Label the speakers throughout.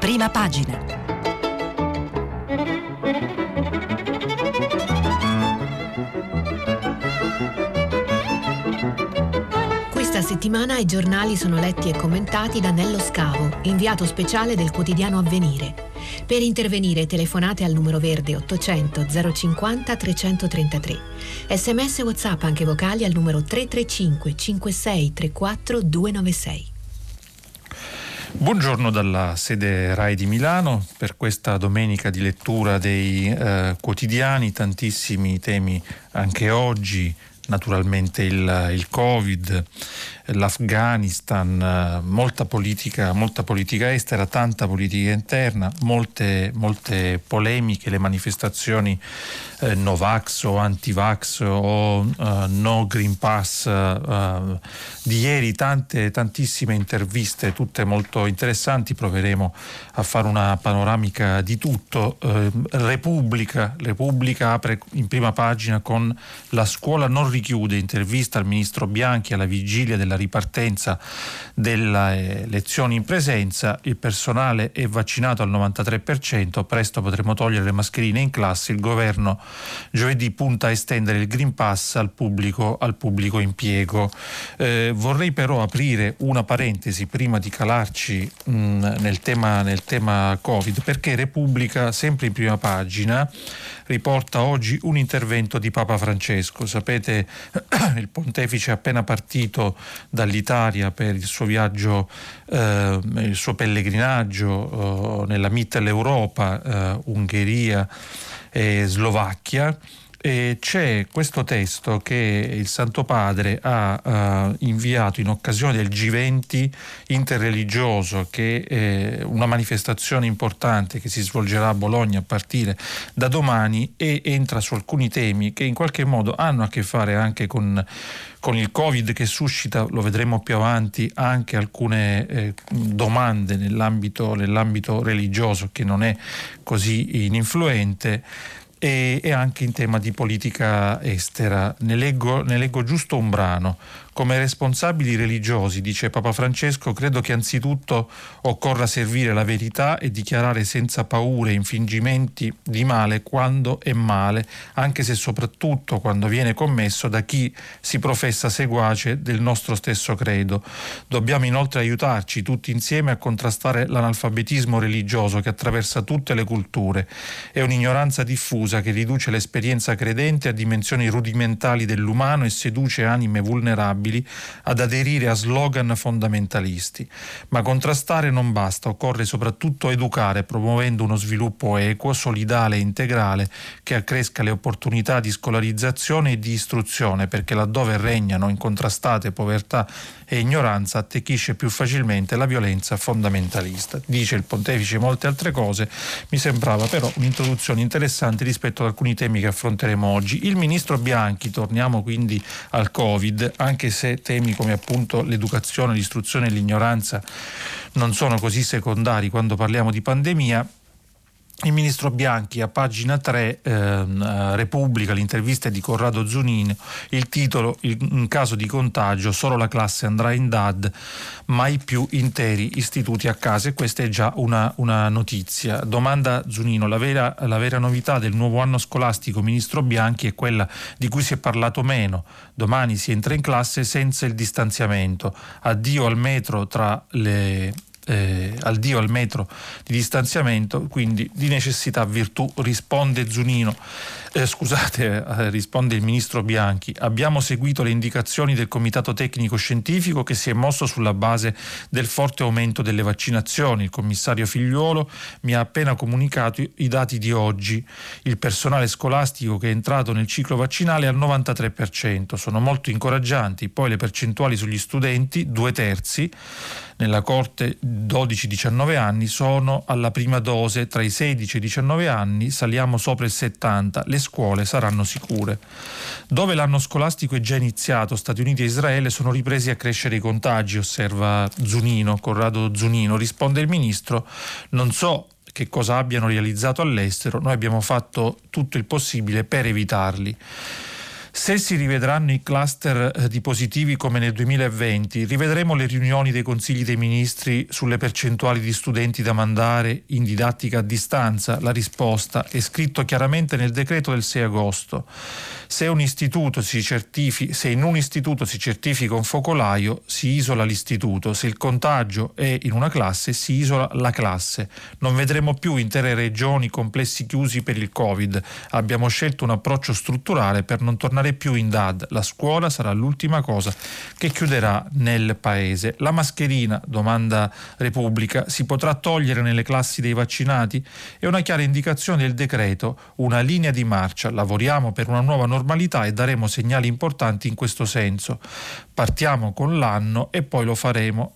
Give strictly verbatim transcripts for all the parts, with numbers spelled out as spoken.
Speaker 1: prima pagina. Questa settimana i giornali sono letti e commentati da Nello Scavo, inviato speciale del quotidiano Avvenire. Per intervenire telefonate al numero verde ottocento zero cinquanta trecentotrentatré. Sms e WhatsApp anche vocali al numero tre tre cinque cinque sei tre quattro due nove sei.
Speaker 2: Buongiorno dalla sede RAI di Milano per questa domenica di lettura dei eh, quotidiani, tantissimi temi anche oggi, naturalmente il, il Covid, l'Afghanistan, molta politica, molta politica estera, tanta politica interna, molte, molte polemiche, le manifestazioni eh, Novax o anti-vax o uh, no Green Pass uh, di ieri, tante, tantissime interviste, tutte molto interessanti. Proveremo a fare una panoramica di tutto. Eh, Repubblica, Repubblica apre in prima pagina con "La scuola non richiude", intervista al ministro Bianchi alla vigilia della ripartenza delle lezioni in presenza. Il personale è vaccinato al novantatré per cento, presto potremo togliere le mascherine in classe. Il governo giovedì punta a estendere il Green Pass al pubblico, al pubblico impiego. Eh, vorrei però aprire una parentesi prima di calarci mh, nel tema, nel tema Covid, perché Repubblica, sempre in prima pagina, riporta oggi un intervento di Papa Francesco. Sapete, il pontefice è appena partito dall'Italia per il suo viaggio, eh, il suo pellegrinaggio eh, nella Mitteleuropa, eh, Ungheria e Slovacchia. E c'è questo testo che il Santo Padre ha uh, inviato in occasione del G venti interreligioso, che è una manifestazione importante che si svolgerà a Bologna a partire da domani, e entra su alcuni temi che in qualche modo hanno a che fare anche con con il Covid, che suscita, lo vedremo più avanti, anche alcune eh, domande nell'ambito, nell'ambito religioso, che non è così ininfluente, e, e anche in tema di politica estera. Ne leggo, ne leggo giusto un brano. Come responsabili religiosi, dice Papa Francesco, credo che anzitutto occorra servire la verità e dichiarare senza paure infingimenti di male quando è male, anche se soprattutto quando viene commesso da chi si professa seguace del nostro stesso credo. Dobbiamo inoltre aiutarci tutti insieme a contrastare l'analfabetismo religioso che attraversa tutte le culture. È un'ignoranza diffusa che riduce l'esperienza credente a dimensioni rudimentali dell'umano e seduce anime vulnerabili ad aderire a slogan fondamentalisti. Ma contrastare non basta, occorre soprattutto educare, promuovendo uno sviluppo equo, solidale e integrale che accresca le opportunità di scolarizzazione e di istruzione, perché laddove regnano incontrastate povertà e ignoranza attecchisce più facilmente la violenza fondamentalista. Dice il pontefice molte altre cose, mi sembrava però un'introduzione interessante rispetto ad alcuni temi che affronteremo oggi. Il ministro Bianchi, torniamo quindi al Covid, anche se temi come appunto l'educazione, l'istruzione e l'ignoranza non sono così secondari quando parliamo di pandemia. Il ministro Bianchi, a pagina tre, eh, Repubblica, l'intervista è di Corrado Zunino, il titolo: in caso di contagio solo la classe andrà in D A D, mai più interi istituti a casa. E questa è già una, una notizia. Domanda Zunino: la vera, la vera novità del nuovo anno scolastico, ministro Bianchi, è quella di cui si è parlato meno. Domani si entra in classe senza il distanziamento. Addio al metro tra le... Eh, al dio al metro di distanziamento, quindi di necessità virtù, risponde Zunino. Eh, scusate, eh, risponde il ministro Bianchi. Abbiamo seguito le indicazioni del Comitato Tecnico Scientifico, che si è mosso sulla base del forte aumento delle vaccinazioni. Il commissario Figliuolo mi ha appena comunicato i, i dati di oggi. Il personale scolastico che è entrato nel ciclo vaccinale è al novantatré per cento. Sono molto incoraggianti. Poi le percentuali sugli studenti, due terzi nella coorte dodici diciannove anni sono alla prima dose, tra i sedici e i diciannove anni saliamo sopra il settanta. Le scuole saranno sicure. Dove l'anno scolastico è già iniziato, Stati Uniti e Israele, sono ripresi a crescere i contagi, osserva Zunino, Corrado Zunino. Risponde il ministro: non so che cosa abbiano realizzato all'estero, noi abbiamo fatto tutto il possibile per evitarli. Se si rivedranno i cluster di positivi come nel duemilaventi, rivedremo le riunioni dei consigli dei ministri sulle percentuali di studenti da mandare in didattica a distanza. La risposta è scritto chiaramente nel decreto del sei agosto. Se un istituto si certifi- se in un istituto si certifica un focolaio, si isola l'istituto. Se il contagio è in una classe, si isola la classe. Non vedremo più intere regioni, complessi chiusi per il Covid. Abbiamo scelto un approccio strutturale per non tornare più in D A D. La scuola sarà l'ultima cosa che chiuderà nel paese. La mascherina, domanda Repubblica, si potrà togliere nelle classi dei vaccinati? È una chiara indicazione del decreto, una linea di marcia. Lavoriamo per una nuova normalità e daremo segnali importanti in questo senso. Partiamo con l'anno e poi lo faremo,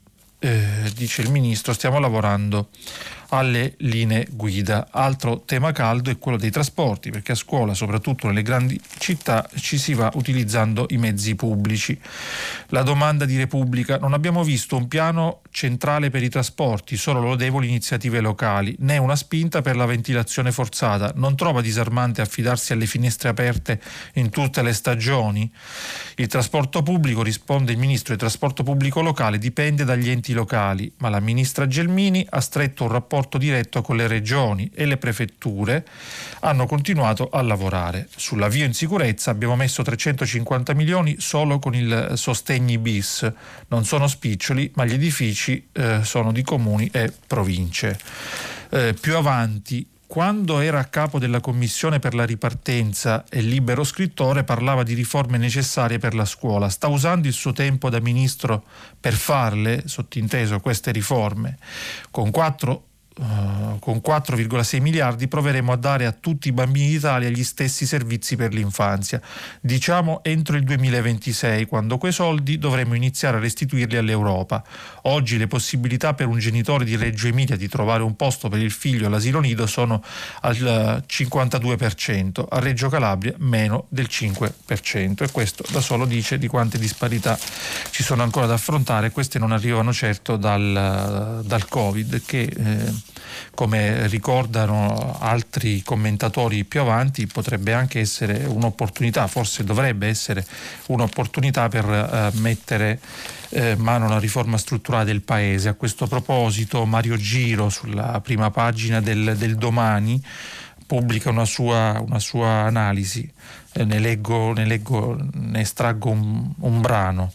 Speaker 2: eh, dice il ministro, stiamo lavorando alle linee guida. Altro tema caldo è quello dei trasporti, perché a scuola, soprattutto nelle grandi città, ci si va utilizzando i mezzi pubblici. La domanda di Repubblica: non abbiamo visto un piano centrale per i trasporti, solo lodevoli iniziative locali, né una spinta per la ventilazione forzata. Non trova disarmante affidarsi alle finestre aperte in tutte le stagioni? Il trasporto pubblico, risponde il ministro, il trasporto pubblico locale dipende dagli enti locali, ma la ministra Gelmini ha stretto un rapporto diretto con le regioni e le prefetture hanno continuato a lavorare. Sull'avvio in sicurezza abbiamo messo trecentocinquanta milioni solo con il sostegni bis. Non sono spiccioli, ma gli edifici eh, sono di comuni e province. Eh, più avanti, quando era a capo della Commissione per la ripartenza e libero scrittore, parlava di riforme necessarie per la scuola. Sta usando il suo tempo da ministro per farle, sottinteso, queste riforme? Con quattro Uh, con quattro virgola sei miliardi proveremo a dare a tutti i bambini d'Italia gli stessi servizi per l'infanzia, diciamo entro il duemilaventisei, quando quei soldi dovremo iniziare a restituirli all'Europa. Oggi le possibilità per un genitore di Reggio Emilia di trovare un posto per il figlio all'asilo nido sono al cinquantadue per cento, a Reggio Calabria meno del cinque per cento, e questo da solo dice di quante disparità ci sono ancora da affrontare. Queste non arrivano certo dal, dal Covid, che eh, come ricordano altri commentatori più avanti, potrebbe anche essere un'opportunità, forse dovrebbe essere un'opportunità per eh, mettere eh, mano alla riforma strutturale del Paese. A questo proposito Mario Giro, sulla prima pagina del, del Domani, pubblica una sua, una sua analisi. Eh, ne leggo, ne leggo, ne estraggo un, un brano.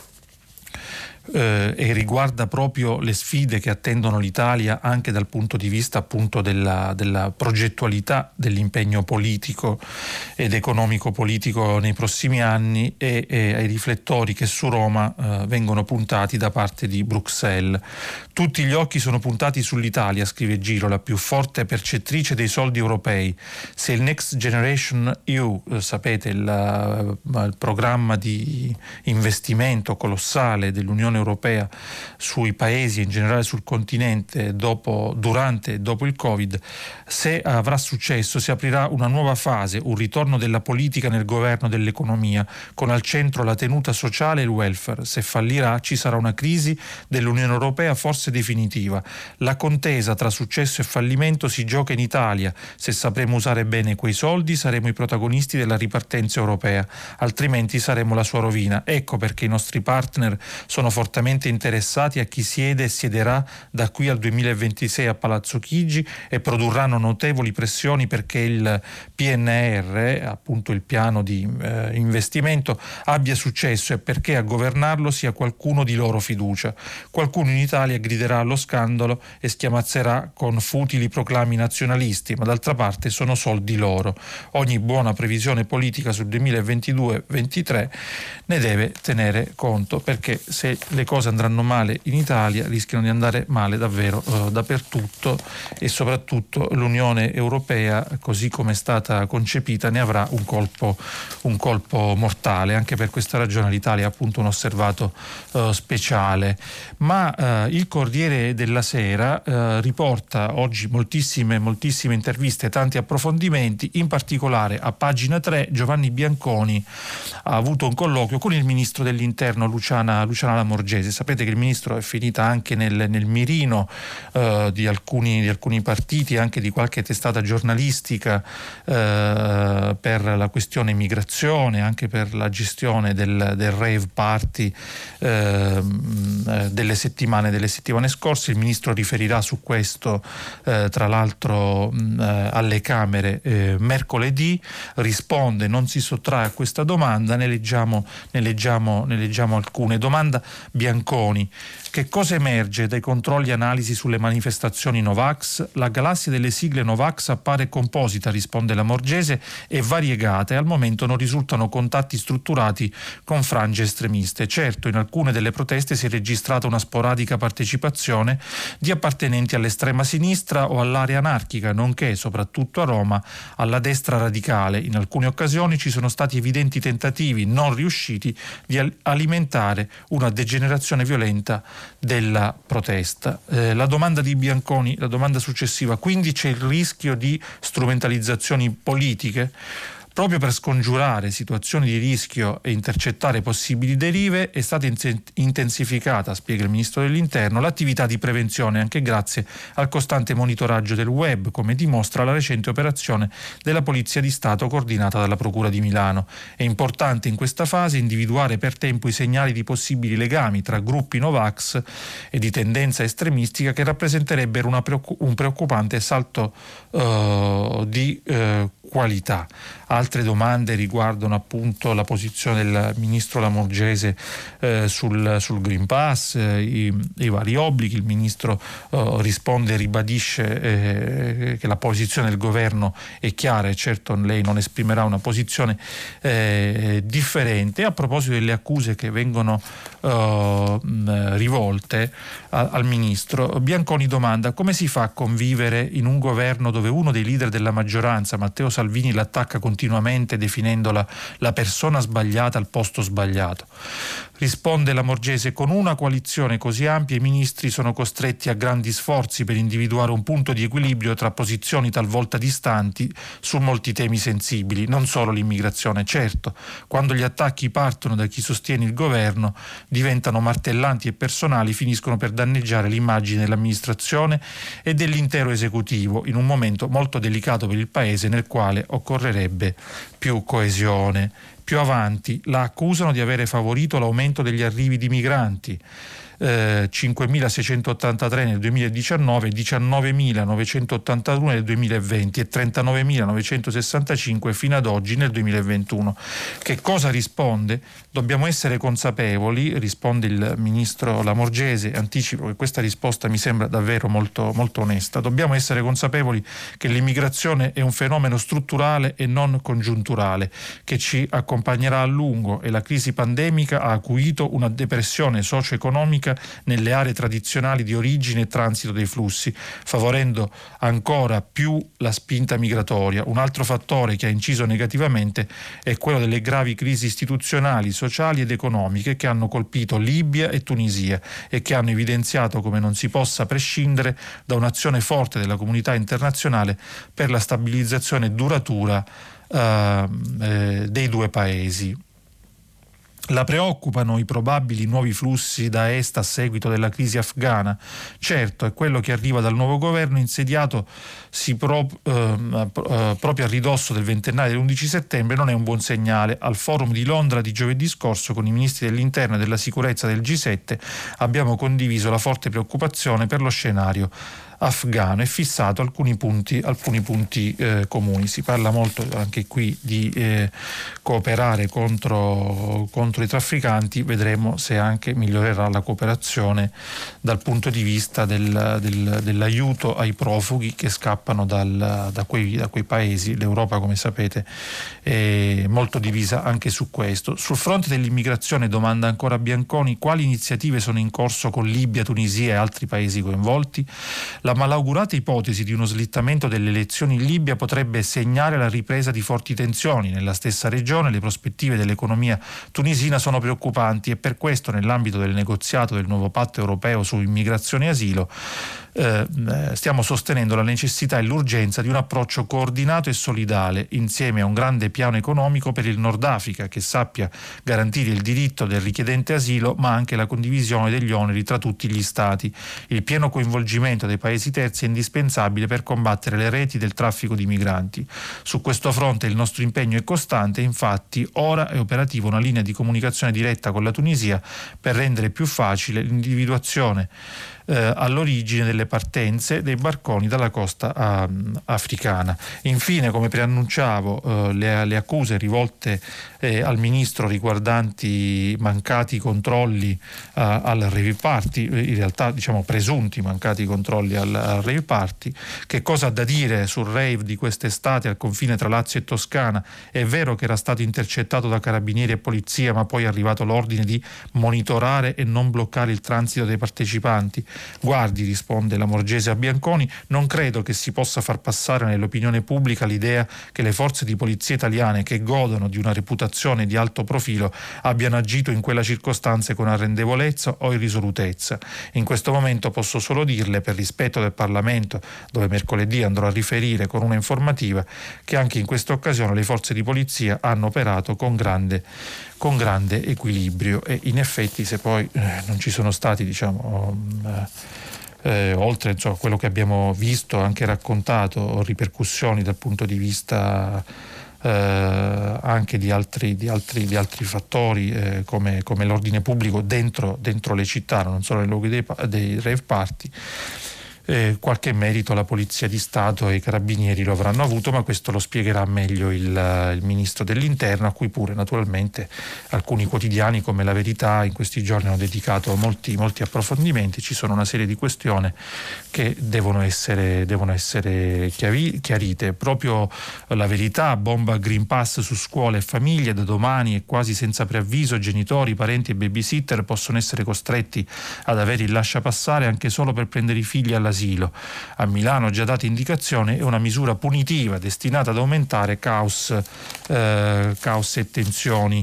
Speaker 2: Eh, e riguarda proprio le sfide che attendono l'Italia anche dal punto di vista appunto della, della progettualità dell'impegno politico ed economico-politico nei prossimi anni, e, e ai riflettori che su Roma eh, vengono puntati da parte di Bruxelles. Tutti gli occhi sono puntati sull'Italia, scrive Giro, la più forte percettrice dei soldi europei. Se il Next Generation E U, eh, sapete, il, il programma di investimento colossale dell'Unione Europea sui paesi e in generale sul continente dopo, durante e dopo il Covid, se avrà successo si aprirà una nuova fase, un ritorno della politica nel governo dell'economia, con al centro la tenuta sociale e il welfare. Se fallirà ci sarà una crisi dell'Unione Europea forse definitiva. La contesa tra successo e fallimento si gioca in Italia. Se sapremo usare bene quei soldi saremo i protagonisti della ripartenza europea, altrimenti saremo la sua rovina. Ecco perché i nostri partner sono fortemente interessati a chi siede e siederà da qui al duemilaventisei a Palazzo Chigi, e produrranno notevoli pressioni perché il P N R, appunto il piano di eh, investimento, abbia successo, e perché a governarlo sia qualcuno di loro fiducia. Qualcuno in Italia griderà allo scandalo e schiamazzerà con futili proclami nazionalisti, ma d'altra parte sono soldi loro. Ogni buona previsione politica sul duemilaventidue ventitré ne deve tenere conto, perché se le cose andranno male in Italia rischiano di andare male davvero eh, dappertutto, e soprattutto l'Unione Europea, così come è stata concepita, ne avrà un colpo, un colpo mortale. Anche per questa ragione l'Italia è appunto un osservato eh, speciale. Ma eh, il Corriere della Sera eh, riporta oggi moltissime, moltissime interviste, tanti approfondimenti. In particolare a pagina tre Giovanni Bianconi ha avuto un colloquio con il ministro dell'Interno Luciana, Luciana Lamorgese. Lamorgese. Sapete che il ministro è finita anche nel, nel mirino eh, di, alcuni, di alcuni partiti, anche di qualche testata giornalistica eh, per la questione immigrazione, anche per la gestione del, del rave party eh, delle settimane, delle settimane scorse. Il ministro riferirà su questo eh, tra l'altro eh, alle Camere eh, mercoledì, risponde, non si sottrae a questa domanda. Ne leggiamo, ne leggiamo, ne leggiamo alcune. Domanda Bianconi: che cosa emerge dai controlli e analisi sulle manifestazioni Novax? La galassia delle sigle Novax appare composita, risponde Lamorgese, e variegata, e al momento non risultano contatti strutturati con frange estremiste. Certo, in alcune delle proteste si è registrata una sporadica partecipazione di appartenenti all'estrema sinistra o all'area anarchica, nonché, soprattutto a Roma, alla destra radicale. In alcune occasioni ci sono stati evidenti tentativi non riusciti di alimentare una degenerazione violenta della protesta. Eh, la domanda di Bianconi, la domanda successiva: quindi c'è il rischio di strumentalizzazioni politiche? Proprio per scongiurare situazioni di rischio e intercettare possibili derive è stata intensificata, spiega il Ministro dell'Interno, l'attività di prevenzione, anche grazie al costante monitoraggio del web, come dimostra la recente operazione della Polizia di Stato coordinata dalla Procura di Milano. È importante in questa fase individuare per tempo i segnali di possibili legami tra gruppi Novax e di tendenza estremistica che rappresenterebbero una preoccup- un preoccupante salto uh, di uh, qualità. Altre domande riguardano appunto la posizione del ministro Lamorgese eh, sul, sul Green Pass, eh, i, i vari obblighi. Il ministro eh, risponde e ribadisce eh, che la posizione del governo è chiara e certo lei non esprimerà una posizione eh, differente. A proposito delle accuse che vengono eh, rivolte a, al ministro, Bianconi domanda: come si fa a convivere in un governo dove uno dei leader della maggioranza, Matteo Salvini, l'attacca continuamente definendola la persona sbagliata al posto sbagliato? Risponde Lamorgese: con una coalizione così ampia i ministri sono costretti a grandi sforzi per individuare un punto di equilibrio tra posizioni talvolta distanti su molti temi sensibili, non solo l'immigrazione. Certo, quando gli attacchi partono da chi sostiene il governo, diventano martellanti e personali, finiscono per danneggiare l'immagine dell'amministrazione e dell'intero esecutivo in un momento molto delicato per il Paese, nel quale occorrerebbe più coesione. Più avanti la accusano di avere favorito l'aumento degli arrivi di migranti, eh, cinquemilaseicentottantatré nel duemiladiciannove, diciannovemilanovecentottantaduno nel duemilaventi e trentanovemilanovecentosessantacinque fino ad oggi nel duemilaventuno. Che cosa risponde? Dobbiamo essere consapevoli, risponde il ministro Lamorgese, anticipo che questa risposta mi sembra davvero molto, molto onesta. Dobbiamo essere consapevoli che l'immigrazione è un fenomeno strutturale e non congiunturale, che ci accompagnerà a lungo, e la crisi pandemica ha acuito una depressione socio-economica nelle aree tradizionali di origine e transito dei flussi, favorendo ancora più la spinta migratoria. Un altro fattore che ha inciso negativamente è quello delle gravi crisi istituzionali, sociali ed economiche che hanno colpito Libia e Tunisia e che hanno evidenziato come non si possa prescindere da un'azione forte della comunità internazionale per la stabilizzazione duratura eh, eh, dei due paesi. La preoccupano i probabili nuovi flussi da est a seguito della crisi afghana? Certo, è quello che arriva dal nuovo governo insediato si pro, eh, eh, proprio a ridosso del ventennale dell'undici settembre non è un buon segnale. Al forum di Londra di giovedì scorso con i ministri dell'interno e della sicurezza del G sette abbiamo condiviso la forte preoccupazione per lo scenario afghano e fissato alcuni punti, alcuni punti eh, comuni. Si parla molto anche qui di eh, cooperare contro, contro i trafficanti. Vedremo se anche migliorerà la cooperazione dal punto di vista del, del, dell'aiuto ai profughi che scappano dal, da, quei, da quei paesi. L'Europa, come sapete, è molto divisa anche su questo. Sul fronte dell'immigrazione, domanda ancora Bianconi, quali iniziative sono in corso con Libia, Tunisia e altri paesi coinvolti? La malaugurata ipotesi di uno slittamento delle elezioni in Libia potrebbe segnare la ripresa di forti tensioni. Nella stessa regione le prospettive dell'economia tunisina sono preoccupanti e per questo, nell'ambito del negoziato del nuovo patto europeo su immigrazione e asilo, eh, stiamo sostenendo la necessità e l'urgenza di un approccio coordinato e solidale insieme a un grande piano economico per il Nord Africa che sappia garantire il diritto del richiedente asilo ma anche la condivisione degli oneri tra tutti gli Stati. Il pieno coinvolgimento dei paesi terzi è indispensabile per combattere le reti del traffico di migranti. Su questo fronte il nostro impegno è costante, infatti ora è operativa una linea di comunicazione diretta con la Tunisia per rendere più facile l'individuazione eh, all'origine delle partenze dei barconi dalla costa ah, africana. Infine, come preannunciavo, eh, le, le accuse rivolte eh, al ministro riguardanti mancati controlli eh, al rave party, in realtà diciamo presunti mancati controlli al, al rave party. Che cosa ha da dire sul rave di quest'estate al confine tra Lazio e Toscana? È vero che era stato intercettato da carabinieri e polizia, ma poi è arrivato l'ordine di monitorare e non bloccare il transito dei partecipanti? Guardi, risponde la Morgese a Bianconi, non credo che si possa far passare nell'opinione pubblica l'idea che le forze di polizia italiane, che godono di una reputazione di alto profilo, abbiano agito in quella circostanza con arrendevolezza o irrisolutezza. In questo momento posso solo dirle, per rispetto del Parlamento, dove mercoledì andrò a riferire con una informativa, che anche in questa occasione le forze di polizia hanno operato con grande con grande equilibrio e in effetti se poi eh, non ci sono stati diciamo eh, eh, oltre insomma, quello che abbiamo visto, anche raccontato, ripercussioni dal punto di vista eh, anche di altri, di altri, di altri fattori eh, come, come l'ordine pubblico dentro, dentro le città, non solo nei luoghi dei, dei rave party. Eh, qualche merito la Polizia di Stato e i Carabinieri lo avranno avuto, ma questo lo spiegherà meglio il, il Ministro dell'Interno, a cui pure naturalmente alcuni quotidiani come La Verità in questi giorni hanno dedicato molti, molti approfondimenti. Ci sono una serie di questioni che devono essere, devono essere chiari, chiarite. Proprio La Verità bomba Green Pass su scuole e famiglie. Da domani e quasi senza preavviso genitori, parenti e babysitter possono essere costretti ad avere il lasciapassare anche solo per prendere i figli all'asilo. A Milano già data indicazione è una misura punitiva destinata ad aumentare caos, eh, caos e tensioni.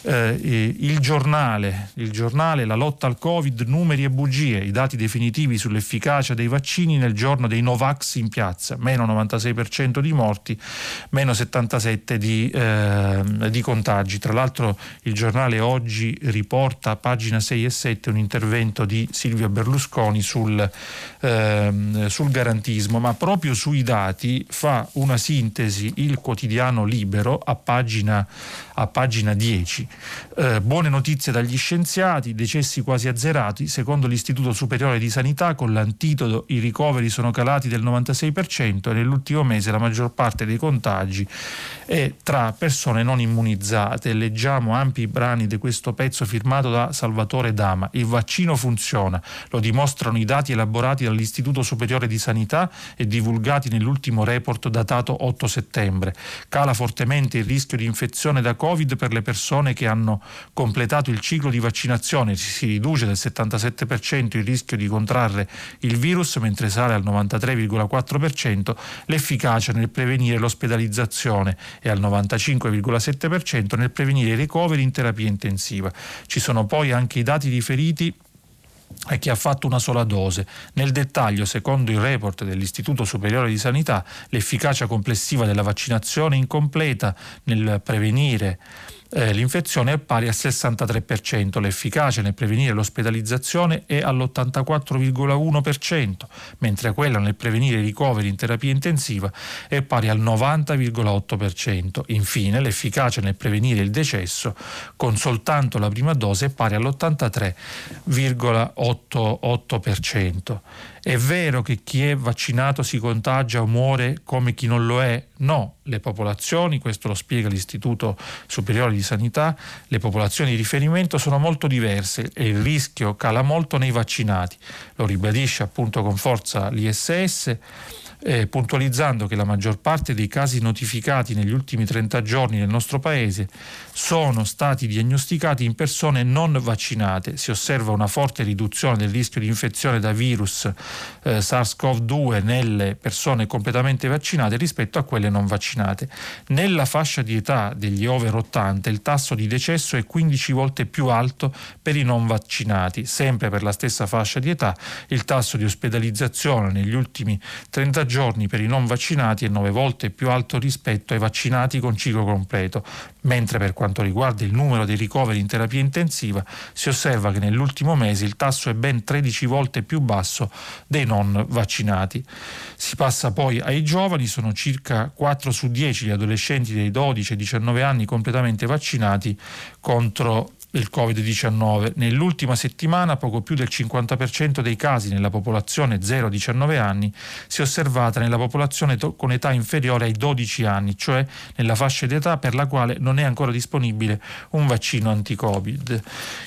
Speaker 2: Eh, il giornale, il giornale, la lotta al Covid, numeri e bugie, i dati definitivi sull'efficacia dei vaccini nel giorno dei Novax in piazza, meno novantasei per cento di morti, meno settantasette di, eh, di contagi. Tra l'altro il giornale oggi riporta a pagina sei e sette un intervento di Silvio Berlusconi sul eh, sul garantismo, ma proprio sui dati fa una sintesi il quotidiano Libero a pagina, a pagina dieci. Eh, buone notizie dagli scienziati, decessi quasi azzerati, secondo l'Istituto Superiore di Sanità con l'antidoto i ricoveri sono calati del novantasei per cento e nell'ultimo mese la maggior parte dei contagi è tra persone non immunizzate. Leggiamo ampi brani di questo pezzo firmato da Salvatore Dama. Il vaccino funziona, lo dimostrano i dati elaborati dall'Istituto Superiore di Sanità e divulgati nell'ultimo report datato otto settembre. Cala fortemente il rischio di infezione da Covid per le persone che hanno completato il ciclo di vaccinazione. Si riduce del settantasette per cento il rischio di contrarre il virus, mentre sale al novantatré virgola quattro per cento l'efficacia nel prevenire l'ospedalizzazione e al novantacinque virgola sette per cento nel prevenire i ricoveri in terapia intensiva. Ci sono poi anche i dati riferiti e chi ha fatto una sola dose. Nel dettaglio, secondo il report dell'Istituto Superiore di Sanità, l'efficacia complessiva della vaccinazione incompleta nel prevenire Eh, l'infezione è pari al sessantatré per cento, l'efficacia nel prevenire l'ospedalizzazione è all'ottantaquattro virgola uno per cento, mentre quella nel prevenire i ricoveri in terapia intensiva è pari al novanta virgola otto per cento. Infine, l'efficacia nel prevenire il decesso con soltanto la prima dose è pari all'ottantatré virgola otto per cento. È vero che chi è vaccinato si contagia o muore come chi non lo è? No, le popolazioni, questo lo spiega l'Istituto Superiore di Sanità, le popolazioni di riferimento sono molto diverse e il rischio cala molto nei vaccinati. Lo ribadisce appunto con forza l'I S S. eh, puntualizzando che la maggior parte dei casi notificati negli ultimi trenta giorni nel nostro paese sono stati diagnosticati in persone non vaccinate. Si osserva una forte riduzione del rischio di infezione da virus eh, SARS-CoV due nelle persone completamente vaccinate rispetto a quelle non vaccinate. Nella fascia di età degli over ottanta il tasso di decesso è quindici volte più alto per i non vaccinati. Sempre per la stessa fascia di età il tasso di ospedalizzazione negli ultimi trenta giorni per i non vaccinati è nove volte più alto rispetto ai vaccinati con ciclo completo, mentre per quanto riguarda il numero dei ricoveri in terapia intensiva si osserva che nell'ultimo mese il tasso è ben tredici volte più basso dei non vaccinati. Si passa poi ai giovani, sono circa quattro su dieci gli adolescenti dei dodici ai diciannove anni completamente vaccinati contro il covid diciannove. Nell'ultima settimana poco più del cinquanta per cento dei casi nella popolazione zero diciannove anni si è osservata nella popolazione to- con età inferiore ai dodici anni, cioè nella fascia d'età per la quale non è ancora disponibile un vaccino anti-Covid.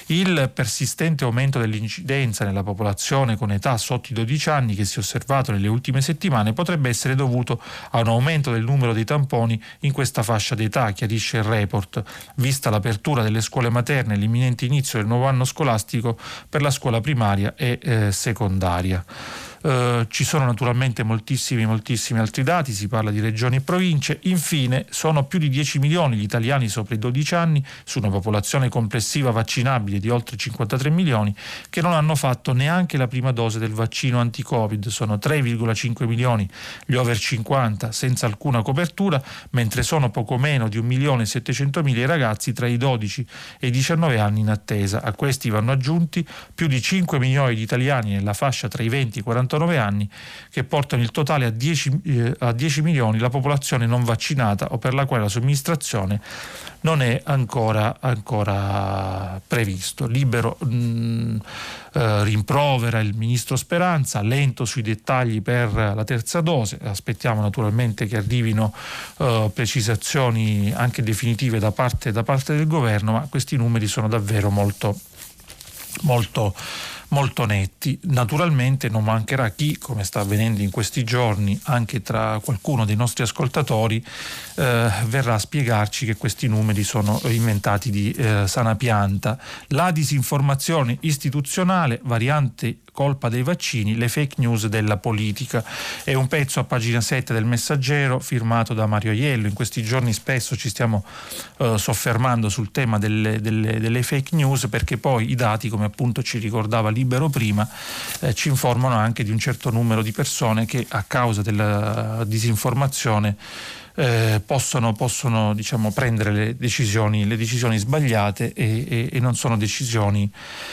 Speaker 2: Il persistente aumento dell'incidenza nella popolazione con età sotto i dodici anni che si è osservato nelle ultime settimane potrebbe essere dovuto a un aumento del numero dei tamponi in questa fascia d'età, chiarisce il report, vista l'apertura delle scuole materne l'imminente inizio del nuovo anno scolastico per la scuola primaria e eh, secondaria. Uh, ci sono naturalmente moltissimi moltissimi altri dati, si parla di regioni e province. Infine sono più di dieci milioni gli italiani sopra i dodici anni su una popolazione complessiva vaccinabile di oltre cinquantatré milioni che non hanno fatto neanche la prima dose del vaccino anti-Covid. Sono tre virgola cinque milioni gli over cinquanta senza alcuna copertura, mentre sono poco meno di un milione e settecentomila i ragazzi tra i dodici e i diciannove anni in attesa. A questi vanno aggiunti più di cinque milioni di italiani nella fascia tra i venti e i quarantanove anni che portano il totale a dieci, eh, a dieci milioni la popolazione non vaccinata o per la quale la somministrazione non è ancora, ancora previsto. Libero mh, eh, rimprovera il ministro Speranza, lento sui dettagli per la terza dose. Aspettiamo naturalmente che arrivino eh, precisazioni anche definitive da parte, da parte del governo, ma questi numeri sono davvero molto molto molto netti. Naturalmente non mancherà chi, come sta avvenendo in questi giorni anche tra qualcuno dei nostri ascoltatori, eh, verrà a spiegarci che questi numeri sono inventati di eh, sana pianta. La disinformazione istituzionale, variante colpa dei vaccini, le fake news della politica. È un pezzo a pagina sette del Messaggero firmato da Mario Aiello. In questi giorni spesso ci stiamo eh, soffermando sul tema delle, delle, delle fake news, perché poi i dati, come appunto ci ricordava Libero prima, eh, ci informano anche di un certo numero di persone che a causa della disinformazione eh, possono, possono diciamo prendere le decisioni, le decisioni sbagliate e, e, e non sono decisioni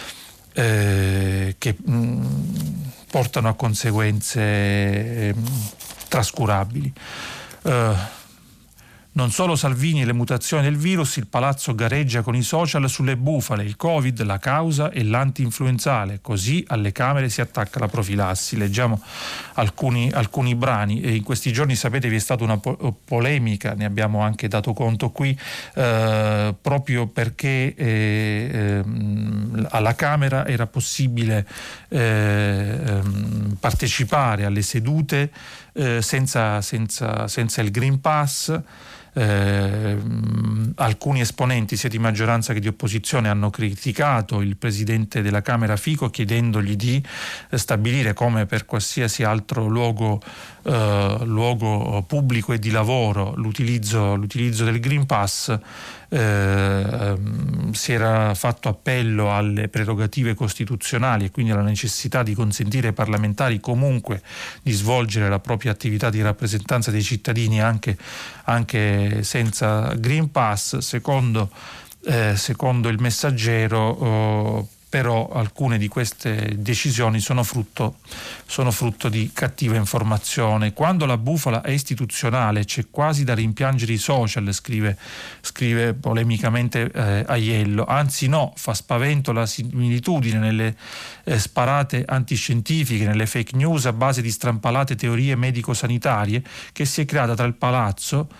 Speaker 2: Eh, che mh, portano a conseguenze eh, trascurabili. Eh, Non solo Salvini e le mutazioni del virus, il palazzo gareggia con i social sulle bufale, il Covid, la causa e l'anti-influenzale, così alle Camere si attacca la profilassi. Leggiamo alcuni, alcuni brani. E in questi giorni, sapete, vi è stata una po- polemica, ne abbiamo anche dato conto qui, eh, proprio perché eh, eh, alla Camera era possibile eh, partecipare alle sedute eh, senza, senza, senza il Green Pass. Eh, alcuni esponenti sia di maggioranza che di opposizione hanno criticato il presidente della Camera Fico, chiedendogli di eh, stabilire, come per qualsiasi altro luogo, eh, luogo pubblico e di lavoro, l'utilizzo, l'utilizzo del Green Pass. Eh, si era fatto appello alle prerogative costituzionali e quindi alla necessità di consentire ai parlamentari comunque di svolgere la propria attività di rappresentanza dei cittadini anche, anche senza Green Pass. Secondo, eh, secondo il Messaggero, eh, però alcune di queste decisioni sono frutto, sono frutto di cattiva informazione. Quando la bufala è istituzionale c'è quasi da rimpiangere i social, scrive, scrive polemicamente eh, Aiello. Anzi no, fa spavento la similitudine nelle eh, sparate antiscientifiche, nelle fake news a base di strampalate teorie medico-sanitarie che si è creata tra il palazzo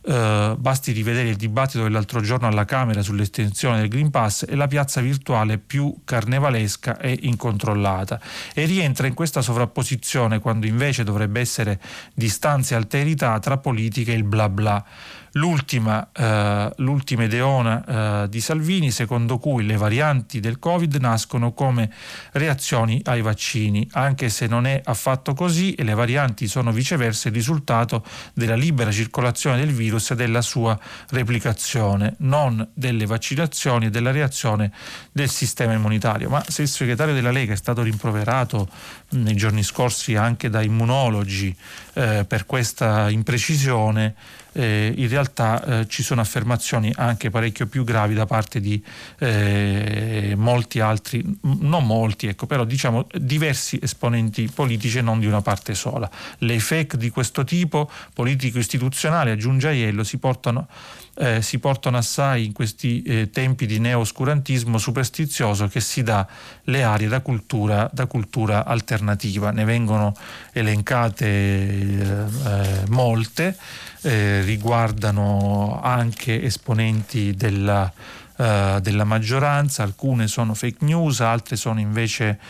Speaker 2: eh, basti rivedere il dibattito dell'altro giorno alla Camera sull'estensione del Green Pass, è la piazza virtuale più carnevalesca e incontrollata, e rientra in questa sovrapposizione quando invece dovrebbe essere distanza e alterità tra politica e il bla bla. L'ultima, eh, l'ultima ideona eh, di Salvini, secondo cui le varianti del Covid nascono come reazioni ai vaccini, anche se non è affatto così, e le varianti sono viceversa il risultato della libera circolazione del virus e della sua replicazione, non delle vaccinazioni e della reazione del sistema immunitario. Ma se il segretario della Lega è stato rimproverato nei giorni scorsi anche da immunologi eh, per questa imprecisione, Eh, in realtà eh, ci sono affermazioni anche parecchio più gravi da parte di eh, molti altri, non molti, ecco, però diciamo diversi esponenti politici e non di una parte sola. Le fake di questo tipo, politico-istituzionale, aggiunge Aiello, si portano Eh, si portano assai in questi eh, tempi di neo-oscurantismo superstizioso che si dà le aree da cultura, da cultura alternativa. Ne vengono elencate eh, eh, molte, eh, riguardano anche esponenti della Uh, della maggioranza, alcune sono fake news, altre sono invece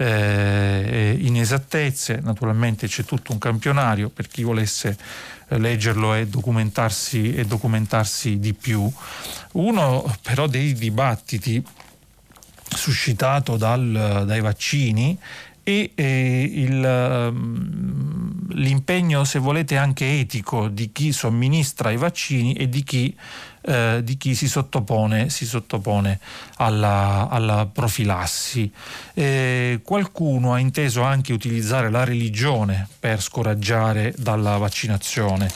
Speaker 2: eh, inesattezze. Naturalmente c'è tutto un campionario per chi volesse eh, leggerlo e documentarsi, e documentarsi di più. Uno però dei dibattiti suscitato dal, dai vaccini e eh, il, um, l'impegno, se volete, anche etico di chi somministra i vaccini e di chi Eh, di chi si sottopone, si sottopone alla, alla profilassi. Eh, qualcuno ha inteso anche utilizzare la religione per scoraggiare dalla vaccinazione.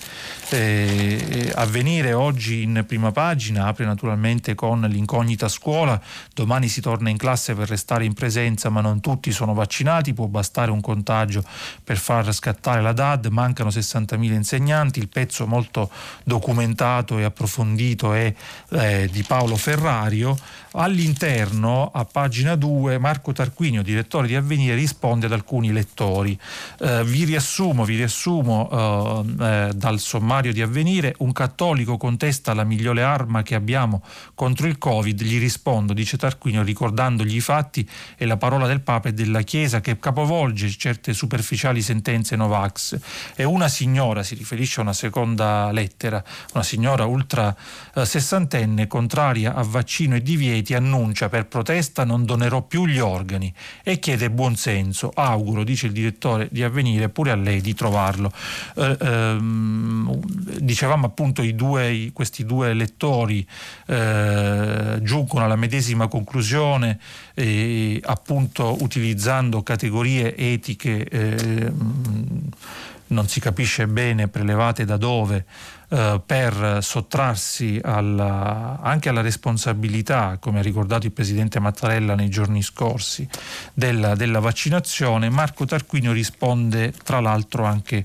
Speaker 2: Eh, Avvenire oggi in prima pagina apre naturalmente con l'incognita scuola: domani si torna in classe per restare in presenza, ma non tutti sono vaccinati, può bastare un contagio per far scattare la D A D, mancano sessantamila insegnanti. Il pezzo molto documentato e approfondito è eh, di Paolo Ferrario. All'interno, a pagina due, Marco Tarquinio, direttore di Avvenire, risponde ad alcuni lettori. Eh, vi riassumo, vi riassumo eh, eh, dal sommario di Avvenire: un cattolico contesta la migliore arma che abbiamo contro il Covid, gli rispondo, dice Tarquinio, ricordandogli i fatti e la parola del Papa e della Chiesa che capovolge certe superficiali sentenze Novax. E una signora, si riferisce a una seconda lettera, una signora ultra eh, sessantenne, contraria a vaccino e divieti, annuncia: per protesta non donerò più gli organi, e chiede buonsenso. Auguro, dice il direttore di Avvenire, pure a lei di trovarlo. Eh, ehm, dicevamo appunto i due, i, questi due lettori eh, giungono alla medesima conclusione, eh, appunto utilizzando categorie etiche eh, non si capisce bene prelevate da dove, eh, per sottrarsi alla, anche alla responsabilità, come ha ricordato il presidente Mattarella nei giorni scorsi, della, della vaccinazione. Marco Tarquinio risponde tra l'altro anche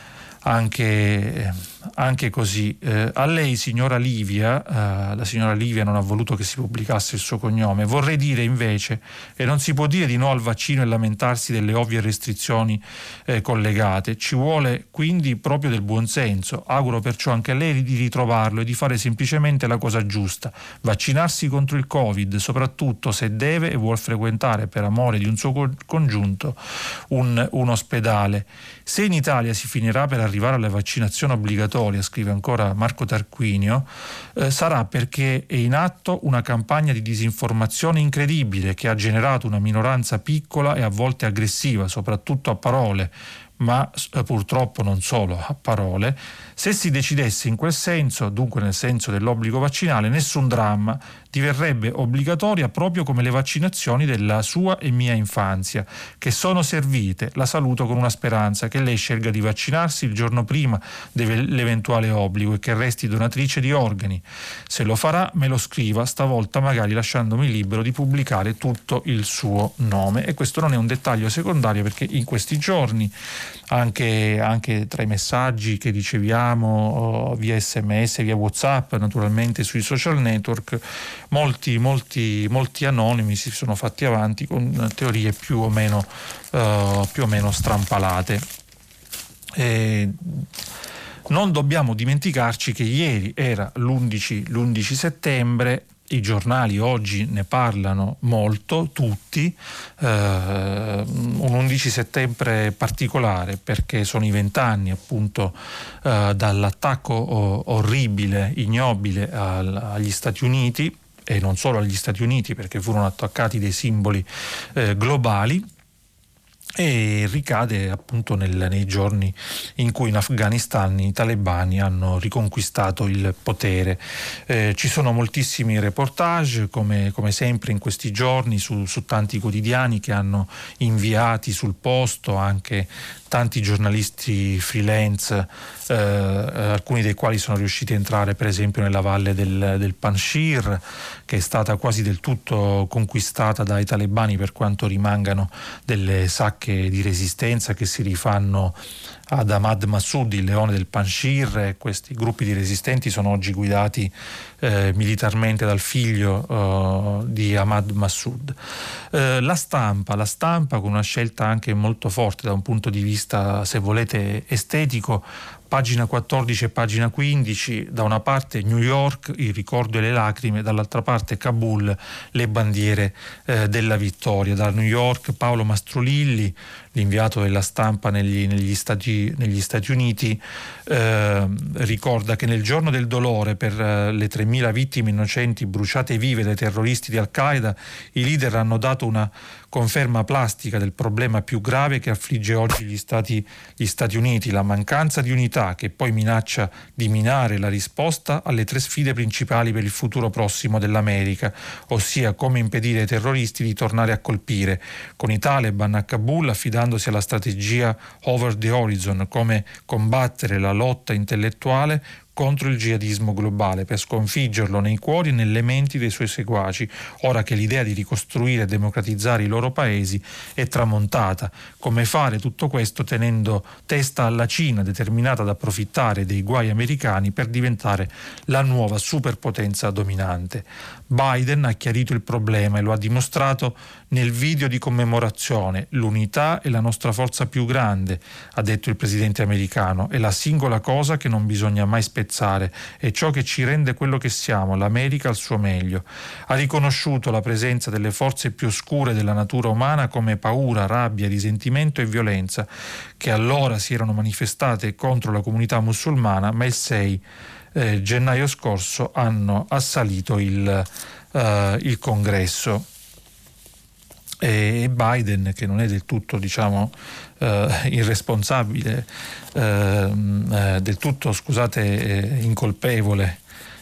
Speaker 2: Anche, anche così. Eh, a lei, signora Livia, eh, la signora Livia non ha voluto che si pubblicasse il suo cognome, vorrei dire invece, e non si può dire di no al vaccino e lamentarsi delle ovvie restrizioni eh, collegate, ci vuole quindi proprio del buonsenso. Auguro perciò anche a lei di ritrovarlo e di fare semplicemente la cosa giusta: vaccinarsi contro il Covid, soprattutto se deve e vuol frequentare per amore di un suo congiunto un, un ospedale. Se in Italia si finirà per arrivare alla vaccinazione obbligatoria, scrive ancora Marco Tarquinio, eh, sarà perché è in atto una campagna di disinformazione incredibile che ha generato una minoranza piccola e a volte aggressiva, soprattutto a parole, ma eh, purtroppo non solo a parole. Se si decidesse in quel senso, dunque nel senso dell'obbligo vaccinale, nessun dramma, diverrebbe obbligatoria proprio come le vaccinazioni della sua e mia infanzia, che sono servite. La saluto con una speranza: che lei scelga di vaccinarsi il giorno prima dell'eventuale obbligo e che resti donatrice di organi. Se lo farà, me lo scriva, stavolta magari lasciandomi libero di pubblicare tutto il suo nome. E questo non è un dettaglio secondario, perché in questi giorni anche, anche tra i messaggi che riceviamo via sms, via WhatsApp, naturalmente sui social network, molti molti molti anonimi si sono fatti avanti con teorie più o meno uh, più o meno strampalate. E Non dobbiamo dimenticarci che ieri era l'undici, l'undici settembre. I giornali oggi ne parlano molto, tutti, eh, un undici settembre particolare perché sono i vent'anni appunto eh, dall'attacco o- orribile, ignobile al- agli Stati Uniti, e non solo agli Stati Uniti, perché furono attaccati dei simboli eh, globali. E ricade appunto nel, nei giorni in cui in Afghanistan i talebani hanno riconquistato il potere. Eh, ci sono moltissimi reportage, come, come sempre in questi giorni, su, su tanti quotidiani che hanno inviati sul posto, anche tanti giornalisti freelance, eh, alcuni dei quali sono riusciti a entrare per esempio nella valle del, del Panjshir, che è stata quasi del tutto conquistata dai talebani, per quanto rimangano delle sacche di resistenza che si rifanno ad Ahmad Massoud, il leone del Panjshir. Questi gruppi di resistenti sono oggi guidati eh, militarmente dal figlio eh, di Ahmad Massoud. Eh, la stampa, la stampa con una scelta anche molto forte da un punto di vista, se volete, estetico. Pagina quattordici e pagina quindici, da una parte New York, il ricordo e le lacrime, dall'altra parte Kabul, le bandiere eh, della vittoria. Da New York Paolo Mastrolilli, l'inviato della stampa negli, negli, Stati, negli Stati Uniti, eh, ricorda che nel giorno del dolore per eh, le tremila vittime innocenti bruciate vive dai terroristi di Al-Qaeda, i leader hanno dato una conferma plastica del problema più grave che affligge oggi gli Stati, gli Stati Uniti, la mancanza di unità che poi minaccia di minare la risposta alle tre sfide principali per il futuro prossimo dell'America, ossia come impedire ai terroristi di tornare a colpire, con i Taliban a Kabul affidandosi alla strategia over the horizon, come combattere la lotta intellettuale contro il jihadismo globale per sconfiggerlo nei cuori e nelle menti dei suoi seguaci, ora che l'idea di ricostruire e democratizzare i loro paesi è tramontata. Come fare tutto questo tenendo testa alla Cina, determinata ad approfittare dei guai americani per diventare la nuova superpotenza dominante. Biden ha chiarito il problema e lo ha dimostrato nel video di commemorazione. L'unità è la nostra forza più grande, ha detto il presidente americano, è la singola cosa che non bisogna mai spezzare, è ciò che ci rende quello che siamo, l'America al suo meglio. Ha riconosciuto la presenza delle forze più oscure della natura umana come paura, rabbia, risentimento e violenza, che allora si erano manifestate contro la comunità musulmana, ma il sei eh, gennaio scorso hanno assalito il, uh, il congresso. E Biden, che non è del tutto, diciamo, eh, irresponsabile, eh, eh, del tutto, scusate, eh, incolpevole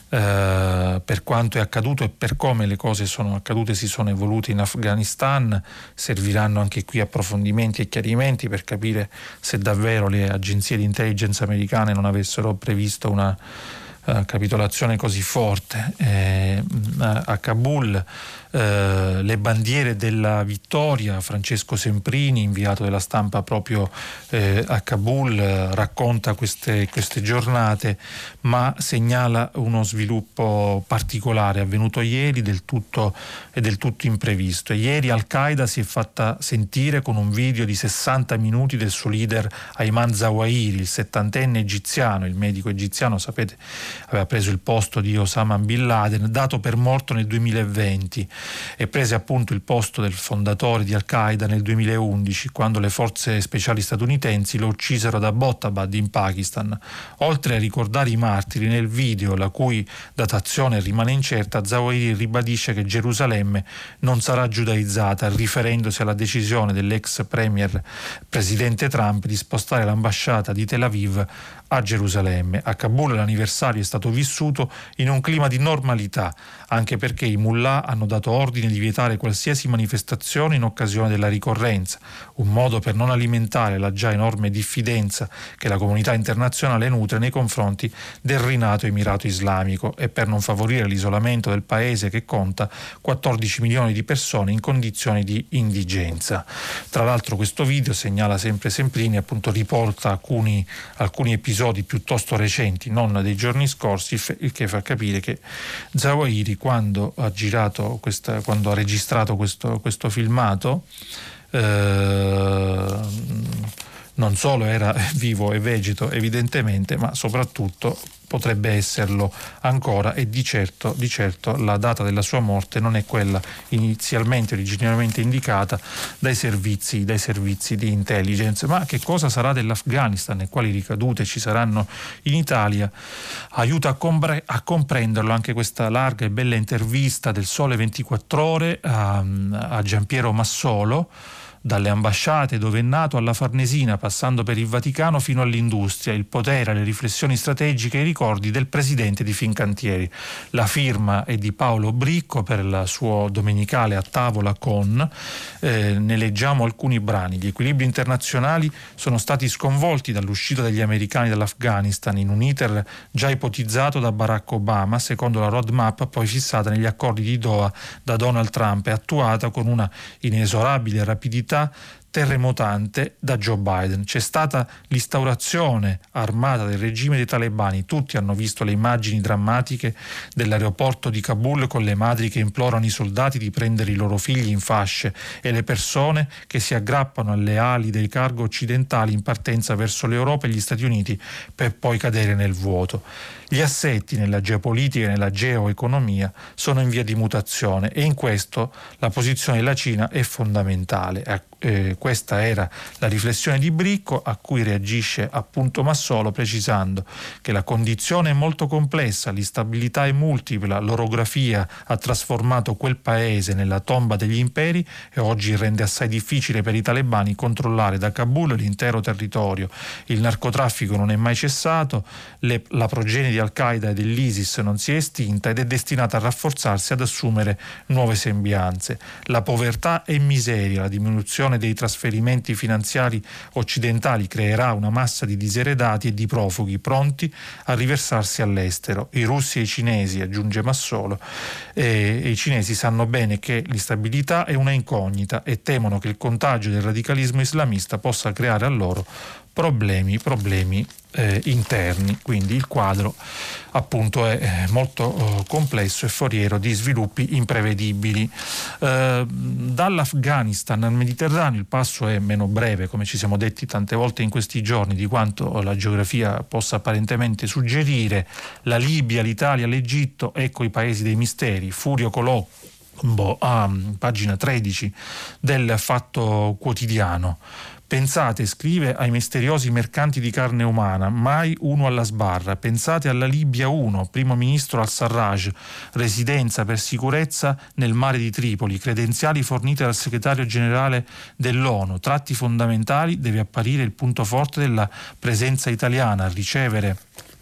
Speaker 2: eh, per quanto è accaduto e per come le cose sono accadute, si sono evolute in Afghanistan. Serviranno anche qui approfondimenti e chiarimenti per capire se davvero le agenzie di intelligence americane non avessero previsto una uh, capitolazione così forte eh, a Kabul. Uh, le bandiere della vittoria, Francesco Semprini, inviato della stampa proprio eh, a Kabul, eh, racconta queste, queste giornate, ma segnala uno sviluppo particolare avvenuto ieri, del tutto e del tutto imprevisto. E ieri Al-Qaeda si è fatta sentire con un video di sessanta minuti del suo leader Ayman Zawahiri, il settantenne egiziano. Il medico egiziano, sapete, aveva preso il posto di Osama Bin Laden, dato per morto nel duemilaventi, e prese appunto il posto del fondatore di Al-Qaeda nel duemilaundici, quando le forze speciali statunitensi lo uccisero ad Abbottabad in Pakistan. Oltre a ricordare i martiri, nel video, la cui datazione rimane incerta, Zawahiri ribadisce che Gerusalemme non sarà giudaizzata, riferendosi alla decisione dell'ex premier presidente Trump di spostare l'ambasciata di Tel Aviv a Gerusalemme. A Kabul l'anniversario è stato vissuto in un clima di normalità, anche perché i mullah hanno dato ordine di vietare qualsiasi manifestazione in occasione della ricorrenza, un modo per non alimentare la già enorme diffidenza che la comunità internazionale nutre nei confronti del rinato Emirato Islamico e per non favorire l'isolamento del paese, che conta quattordici milioni di persone in condizioni di indigenza. Tra l'altro questo video, segnala sempre Semprini, appunto riporta alcuni, alcuni episodi piuttosto recenti, non dei giorni scorsi, il che fa capire che Zawahiri, quando ha girato questa, quando ha registrato questo, questo filmato, eh, non solo era vivo e vegeto evidentemente, ma soprattutto potrebbe esserlo ancora, e di certo, di certo la data della sua morte non è quella inizialmente, originariamente indicata dai servizi, dai servizi di intelligence. Ma che cosa sarà dell'Afghanistan e quali ricadute ci saranno in Italia? Aiuta a, compre- a comprenderlo anche questa larga e bella intervista del Sole ventiquattro Ore a, a Giampiero Massolo, dalle ambasciate dove è nato alla Farnesina, passando per il Vaticano fino all'industria, il potere, le riflessioni strategiche e i ricordi del presidente di Fincantieri. La firma è di Paolo Bricco per il suo domenicale A tavola con. Eh, ne leggiamo alcuni brani. Gli equilibri internazionali sono stati sconvolti dall'uscita degli americani dall'Afghanistan in un iter già ipotizzato da Barack Obama, secondo la roadmap poi fissata negli accordi di Doha da Donald Trump e attuata con una inesorabile rapidità terremotante da Joe Biden. C'è stata l'instaurazione armata del regime dei talebani. Tutti hanno visto le immagini drammatiche dell'aeroporto di Kabul con le madri che implorano i soldati di prendere i loro figli in fasce e le persone che si aggrappano alle ali dei cargo occidentali in partenza verso l'Europa e gli Stati Uniti per poi cadere nel vuoto. Gli assetti nella geopolitica e nella geoeconomia sono in via di mutazione e in questo la posizione della Cina è fondamentale. Eh, questa era la riflessione di Bricco, a cui reagisce appunto Massolo precisando che la condizione è molto complessa, l'instabilità è multipla, l'orografia ha trasformato quel paese nella tomba degli imperi e oggi rende assai difficile per i talebani controllare da Kabul l'intero territorio. Il narcotraffico non è mai cessato, le, la progenie di Al-Qaeda e dell'ISIS non si è estinta ed è destinata a rafforzarsi e ad assumere nuove sembianze. La povertà e miseria, la diminuzione dei trasferimenti finanziari occidentali creerà una massa di diseredati e di profughi pronti a riversarsi all'estero. I russi e i cinesi, aggiunge Massolo, e, e i cinesi sanno bene che l'instabilità è una incognita e temono che il contagio del radicalismo islamista possa creare a loro problemi, problemi eh, interni. Quindi il quadro appunto è molto eh, complesso e foriero di sviluppi imprevedibili. Eh, dall'Afghanistan al Mediterraneo il passo è meno breve, come ci siamo detti tante volte in questi giorni, di quanto la geografia possa apparentemente suggerire. La Libia, l'Italia, l'Egitto, ecco i paesi dei misteri. Furio Colombo a pagina tredici del Fatto Quotidiano. Pensate, scrive, ai misteriosi mercanti di carne umana, mai uno alla sbarra. Pensate alla Libia uno, primo ministro al-Sarraj, residenza per sicurezza nel mare di Tripoli, credenziali fornite dal segretario generale dell'ONU, tratti fondamentali, deve apparire il punto forte della presenza italiana, ricevere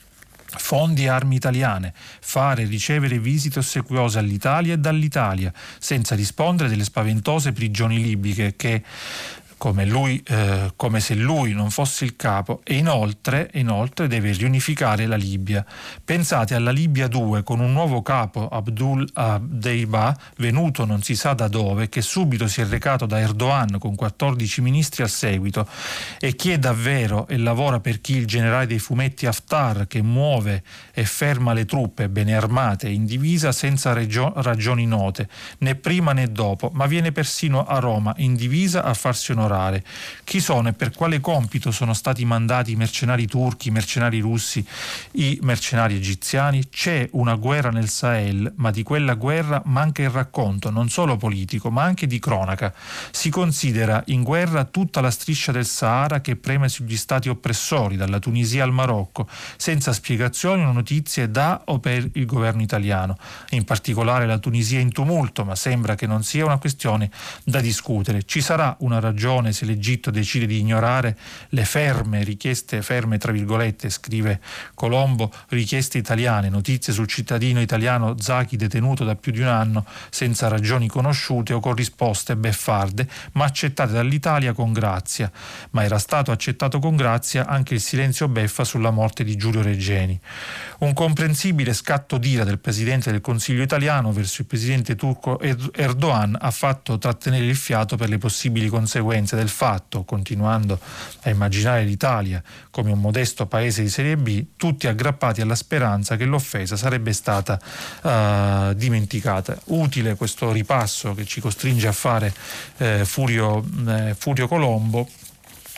Speaker 2: fondi e armi italiane, fare e ricevere visite ossequiose all'Italia e dall'Italia, senza rispondere delle spaventose prigioni libiche che come lui, eh, come se lui non fosse il capo, e inoltre, inoltre deve riunificare la Libia. Pensate alla Libia due con un nuovo capo, Abdul Abdeiba, venuto non si sa da dove, che subito si è recato da Erdogan con quattordici ministri al seguito. E chi è davvero e lavora per chi? Il generale dei fumetti Haftar, che muove e ferma le truppe bene armate e in divisa senza regio- ragioni note, né prima né dopo, ma viene persino a Roma in divisa a farsi onorare. Chi sono e per quale compito sono stati mandati i mercenari turchi, i mercenari russi, i mercenari egiziani? C'è una guerra nel Sahel, ma di quella guerra manca il racconto, non solo politico, ma anche di cronaca. Si considera in guerra tutta la striscia del Sahara che preme sugli stati oppressori, dalla Tunisia al Marocco, senza spiegazioni o notizie da o per il governo italiano. In particolare la Tunisia è in tumulto, ma sembra che non sia una questione da discutere. Ci sarà una ragione se l'Egitto decide di ignorare le ferme richieste, ferme tra virgolette, scrive Colombo, richieste italiane, notizie sul cittadino italiano Zaki detenuto da più di un anno senza ragioni conosciute o con risposte beffarde, ma accettate dall'Italia con grazia. Ma era stato accettato con grazia anche il silenzio beffa sulla morte di Giulio Regeni. Un comprensibile scatto d'ira del Presidente del Consiglio italiano verso il Presidente turco Erdogan ha fatto trattenere il fiato per le possibili conseguenze del fatto, continuando a immaginare l'Italia come un modesto paese di serie B, tutti aggrappati alla speranza che l'offesa sarebbe stata uh, dimenticata. Utile questo ripasso che ci costringe a fare eh, Furio, eh, Furio Colombo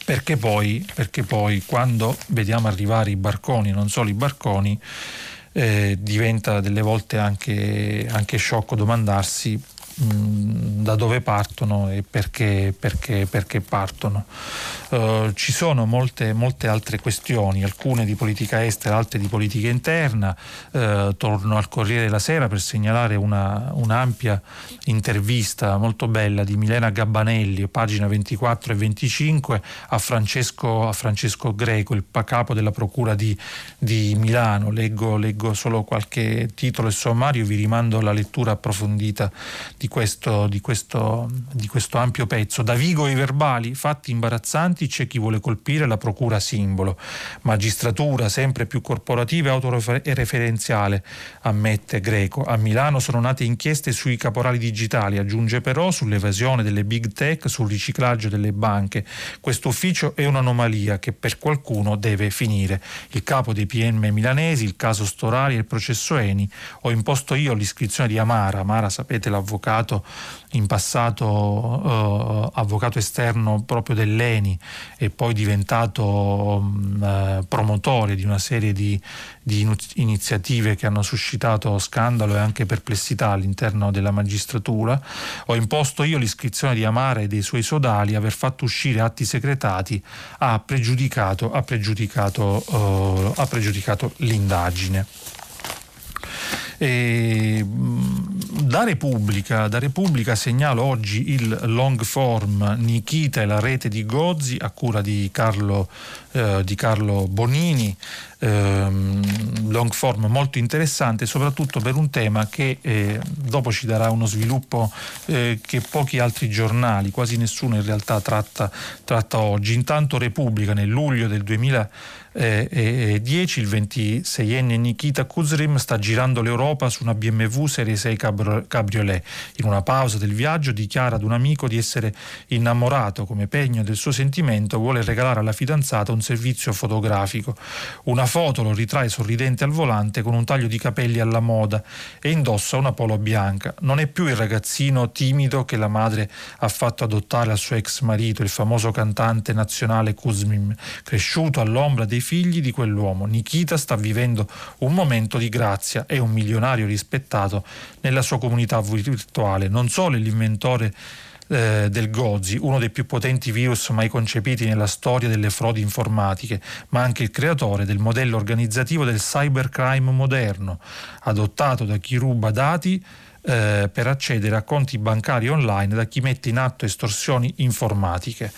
Speaker 2: perché poi, perché poi quando vediamo arrivare i barconi, non solo i barconi, eh, diventa delle volte anche, anche sciocco domandarsi mh, da dove partono e perché, perché, perché partono. Uh, ci sono molte, molte altre questioni, alcune di politica estera, altre di politica interna. Uh, torno al Corriere della Sera per segnalare una, un'ampia intervista molto bella di Milena Gabbanelli, pagina ventiquattro e venticinque, a Francesco, a Francesco Greco, il capo della Procura di, di Milano. Leggo, leggo solo qualche titolo e sommario, vi rimando alla lettura approfondita di questo, di questo, di questo ampio pezzo. Da Vigo ai verbali, fatti imbarazzanti, c'è chi vuole colpire la procura simbolo. Magistratura sempre più corporativa e autoreferenziale, ammette Greco. A Milano sono nate inchieste sui caporali digitali, aggiunge però sull'evasione delle big tech, sul riciclaggio delle banche. Questo ufficio è un'anomalia che per qualcuno deve finire. Il capo dei P M milanesi, il caso Storari e il processo Eni. Ho imposto io l'iscrizione di Amara. Amara, sapete, l'avvocato in passato eh, avvocato esterno proprio dell'Eni e poi diventato eh, promotore di una serie di, di iniziative che hanno suscitato scandalo e anche perplessità all'interno della magistratura. Ho imposto io l'iscrizione di Amara e dei suoi sodali. Aver fatto uscire atti segretati ha pregiudicato, ha pregiudicato, eh, ha pregiudicato l'indagine. E da Repubblica, da Repubblica segnalo oggi il long form Nikita e la rete di Gozzi a cura di Carlo, eh, di Carlo Bonini. Um, long form molto interessante, soprattutto per un tema che eh, dopo ci darà uno sviluppo eh, che pochi altri giornali, quasi nessuno in realtà tratta, tratta oggi. Intanto Repubblica, nel luglio del duemiladieci il ventiseienne Nikita Kuzrin sta girando l'Europa su una B M W Serie sei Cabriolet. In una pausa del viaggio dichiara ad un amico di essere innamorato. Come pegno del suo sentimento vuole regalare alla fidanzata un servizio fotografico. Una foto lo ritrae sorridente al volante con un taglio di capelli alla moda e indossa una polo bianca. Non è più il ragazzino timido che la madre ha fatto adottare al suo ex marito, il famoso cantante nazionale Kuzmin, cresciuto all'ombra dei figli di quell'uomo. Nikita sta vivendo un momento di grazia, è un milionario rispettato nella sua comunità virtuale. Non solo è l'inventore eh, del Gozzi, uno dei più potenti virus mai concepiti nella storia delle frodi informatiche, ma anche il creatore del modello organizzativo del cybercrime moderno, adottato da chi ruba dati eh, per accedere a conti bancari online, da chi mette in atto estorsioni informatiche.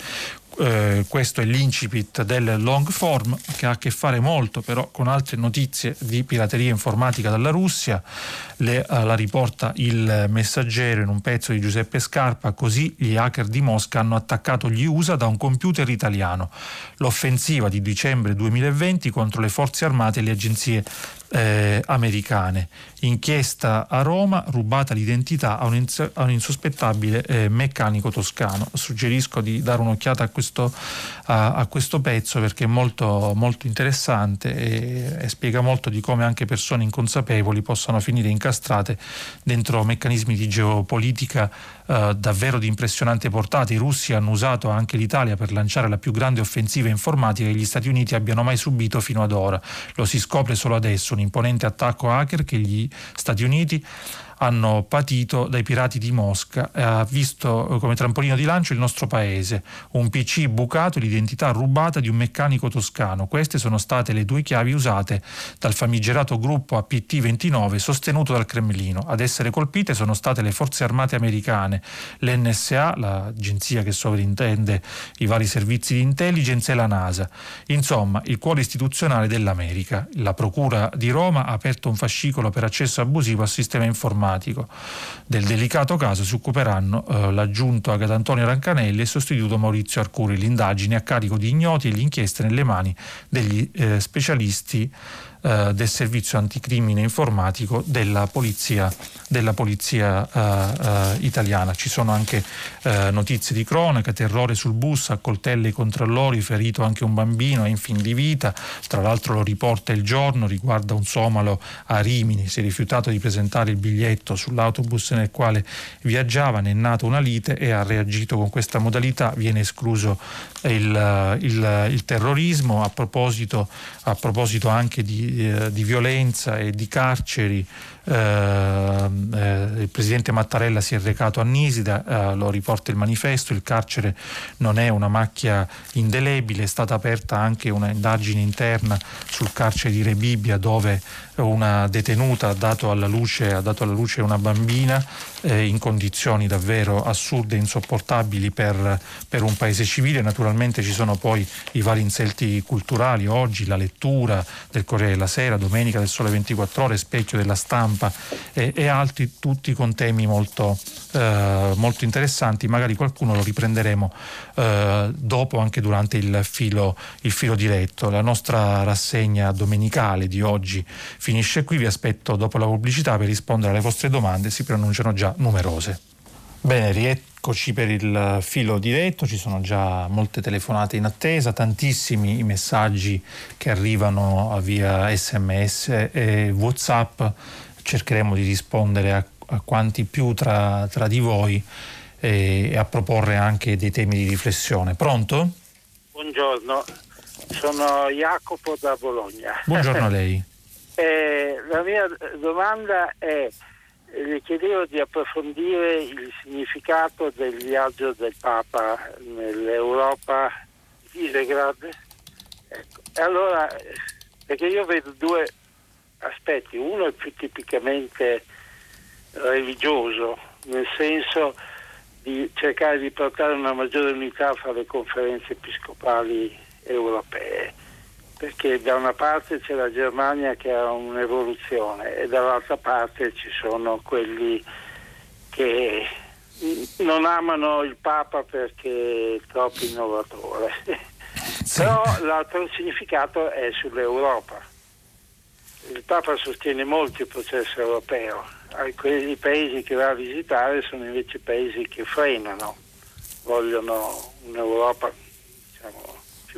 Speaker 2: Eh, questo è l'incipit del long form, che ha a che fare molto però con altre notizie di pirateria informatica dalla Russia. Le, uh, la riporta il Messaggero in un pezzo di Giuseppe Scarpa. Così gli hacker di Mosca hanno attaccato gli U S A da un computer italiano. L'offensiva di dicembre duemilaventi contro le forze armate e le agenzie eh, americane. Inchiesta a Roma, rubata l'identità a un, ins- a un insospettabile eh, meccanico toscano. Suggerisco di dare un'occhiata a questo, a, a questo pezzo perché è molto, molto interessante e, e spiega molto di come anche persone inconsapevoli possano finire incastrate dentro meccanismi di geopolitica eh, davvero di impressionante portata. I russi hanno usato anche l'Italia per lanciare la più grande offensiva informatica che gli Stati Uniti abbiano mai subito fino ad ora. Lo si scopre solo adesso, un imponente attacco hacker che gli Stati Uniti hanno patito dai pirati di Mosca, ha visto come trampolino di lancio il nostro paese, un P C bucato e l'identità rubata di un meccanico toscano. Queste sono state le due chiavi usate dal famigerato gruppo A P T ventinove sostenuto dal Cremlino. Ad essere colpite sono state le forze armate americane, l'N S A, l'agenzia che sovrintende i vari servizi di intelligence, e la NASA. Insomma, il cuore istituzionale dell'America. La Procura di Roma ha aperto un fascicolo per accesso abusivo al sistema informatico. Del delicato caso si occuperanno eh, l'aggiunto Agatantonio Rancanelli e il sostituto Maurizio Arcuri. L'indagine a carico di ignoti e l'inchiesta nelle mani degli eh, specialisti eh, del servizio anticrimine informatico della polizia, della polizia eh, eh, italiana. Ci sono anche eh, notizie di cronaca: terrore sul bus, accoltella i controllori, ferito anche un bambino, è in fin di vita. Tra l'altro lo riporta Il Giorno, riguarda un somalo a Rimini, si è rifiutato di presentare il biglietto sull'autobus nel quale viaggiava, ne è nata una lite e ha reagito con questa modalità, viene escluso il, il, il terrorismo. A proposito, a proposito anche di, eh, di violenza e di carceri, eh, eh, il presidente Mattarella si è recato a Nisida, eh, lo riporta il manifesto: il carcere non è una macchia indelebile. È stata aperta anche una indagine interna sul carcere di Rebibbia, dove una detenuta ha dato alla luce, ha dato alla luce una bambina eh, in condizioni davvero assurde e insopportabili per, per un paese civile. Naturalmente ci sono poi i vari inselti culturali: oggi la lettura del Corriere della Sera, domenica del Sole ventiquattro Ore, Specchio della Stampa e, e altri, tutti con temi molto, eh, molto interessanti. Magari qualcuno lo riprenderemo eh, dopo, anche durante il filo, il filo diretto. La nostra rassegna domenicale di oggi finisce qui, vi aspetto dopo la pubblicità per rispondere alle vostre domande, si pronunciano già numerose. Bene, rieccoci per il filo diretto, ci sono già molte telefonate in attesa, tantissimi i messaggi che arrivano via sms e WhatsApp. Cercheremo di rispondere a, a quanti più tra, tra di voi e, e a proporre anche dei temi di riflessione. Pronto?
Speaker 3: Buongiorno, sono Jacopo da Bologna.
Speaker 2: Buongiorno a lei.
Speaker 3: Eh, la mia domanda è: le chiedevo di approfondire il significato del viaggio del Papa nell'Europa di Visegrad. Ecco. Allora, perché io vedo due aspetti: uno è più tipicamente religioso, nel senso di cercare di portare una maggiore unità fra le conferenze episcopali europee, perché da una parte c'è la Germania che ha un'evoluzione e dall'altra parte ci sono quelli che non amano il Papa perché è troppo innovatore. Sì. Però l'altro significato è sull'Europa. Il Papa sostiene molto il processo europeo. I paesi che va a visitare sono invece paesi che frenano, vogliono un'Europa, diciamo,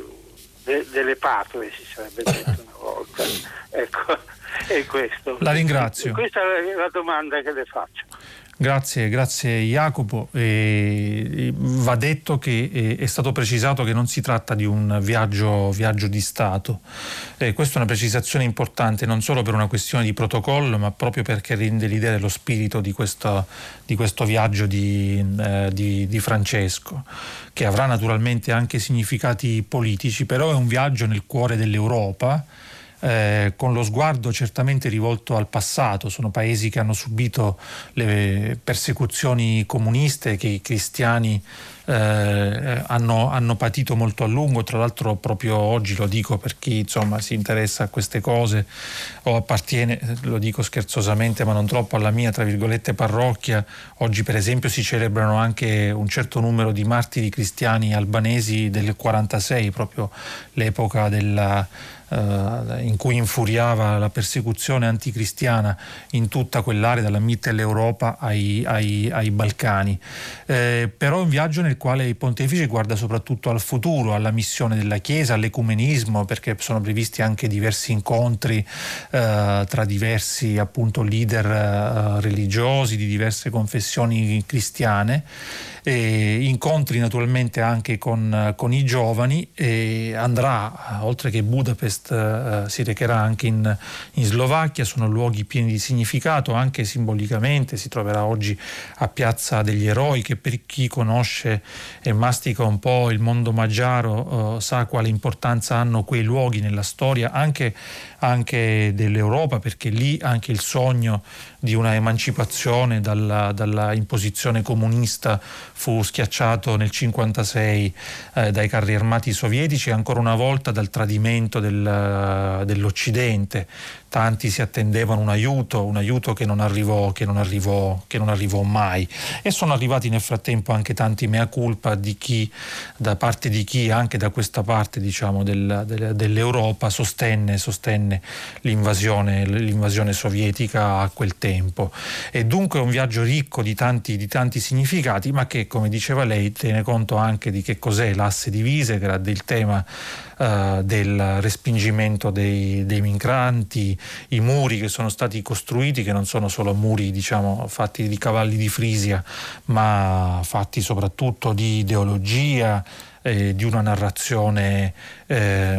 Speaker 3: De, delle patrie, si sarebbe detto una volta. Ecco, è questo.
Speaker 2: La ringrazio.
Speaker 3: Questa è la domanda che le faccio.
Speaker 2: Grazie, grazie Jacopo. E va detto che è stato precisato che non si tratta di un viaggio, viaggio di Stato. E questa è una precisazione importante, non solo per una questione di protocollo, ma proprio perché rende l'idea dello spirito di questo, di questo viaggio di, eh, di, di Francesco, che avrà naturalmente anche significati politici, però è un viaggio nel cuore dell'Europa, Eh, con lo sguardo certamente rivolto al passato. Sono paesi che hanno subito le persecuzioni comuniste, che i cristiani eh, hanno, hanno patito molto a lungo. Tra l'altro proprio oggi, lo dico per chi insomma si interessa a queste cose o appartiene, lo dico scherzosamente ma non troppo, alla mia tra virgolette parrocchia, oggi per esempio si celebrano anche un certo numero di martiri cristiani albanesi del quarantasei, proprio l'epoca della in cui infuriava la persecuzione anticristiana in tutta quell'area, dalla Mitteleuropa ai, ai, ai Balcani. Eh, però è un viaggio nel quale il pontefice guarda soprattutto al futuro, alla missione della Chiesa, all'ecumenismo, perché sono previsti anche diversi incontri eh, tra diversi appunto leader eh, religiosi di diverse confessioni cristiane. E incontri naturalmente anche con, con i giovani, e andrà, oltre che Budapest, eh, si recherà anche in, in Slovacchia. Sono luoghi pieni di significato, anche simbolicamente. Si troverà oggi a Piazza degli Eroi, che per chi conosce e mastica un po' il mondo magiaro eh, sa quale importanza hanno quei luoghi nella storia anche, anche dell'Europa, perché lì anche il sogno di una emancipazione dalla, dalla imposizione comunista fu schiacciato nel cinquantasei eh, dai carri armati sovietici, e ancora una volta dal tradimento del, dell'Occidente, tanti si attendevano un aiuto, un aiuto che non arrivò, che non arrivò, che non arrivò mai, e sono arrivati nel frattempo anche tanti mea culpa di chi, da parte di chi anche da questa parte, diciamo, del, del, dell'Europa sostenne, sostenne l'invasione, l'invasione sovietica a quel tempo. E dunque è un viaggio ricco di tanti, di tanti significati, ma che, come diceva lei, tiene conto anche di che cos'è l'asse di Visegrád, del tema uh, del respingimento dei, dei migranti, i muri che sono stati costruiti, che non sono solo muri, diciamo, fatti di cavalli di Frisia, ma fatti soprattutto di ideologia, eh, di una narrazione eh,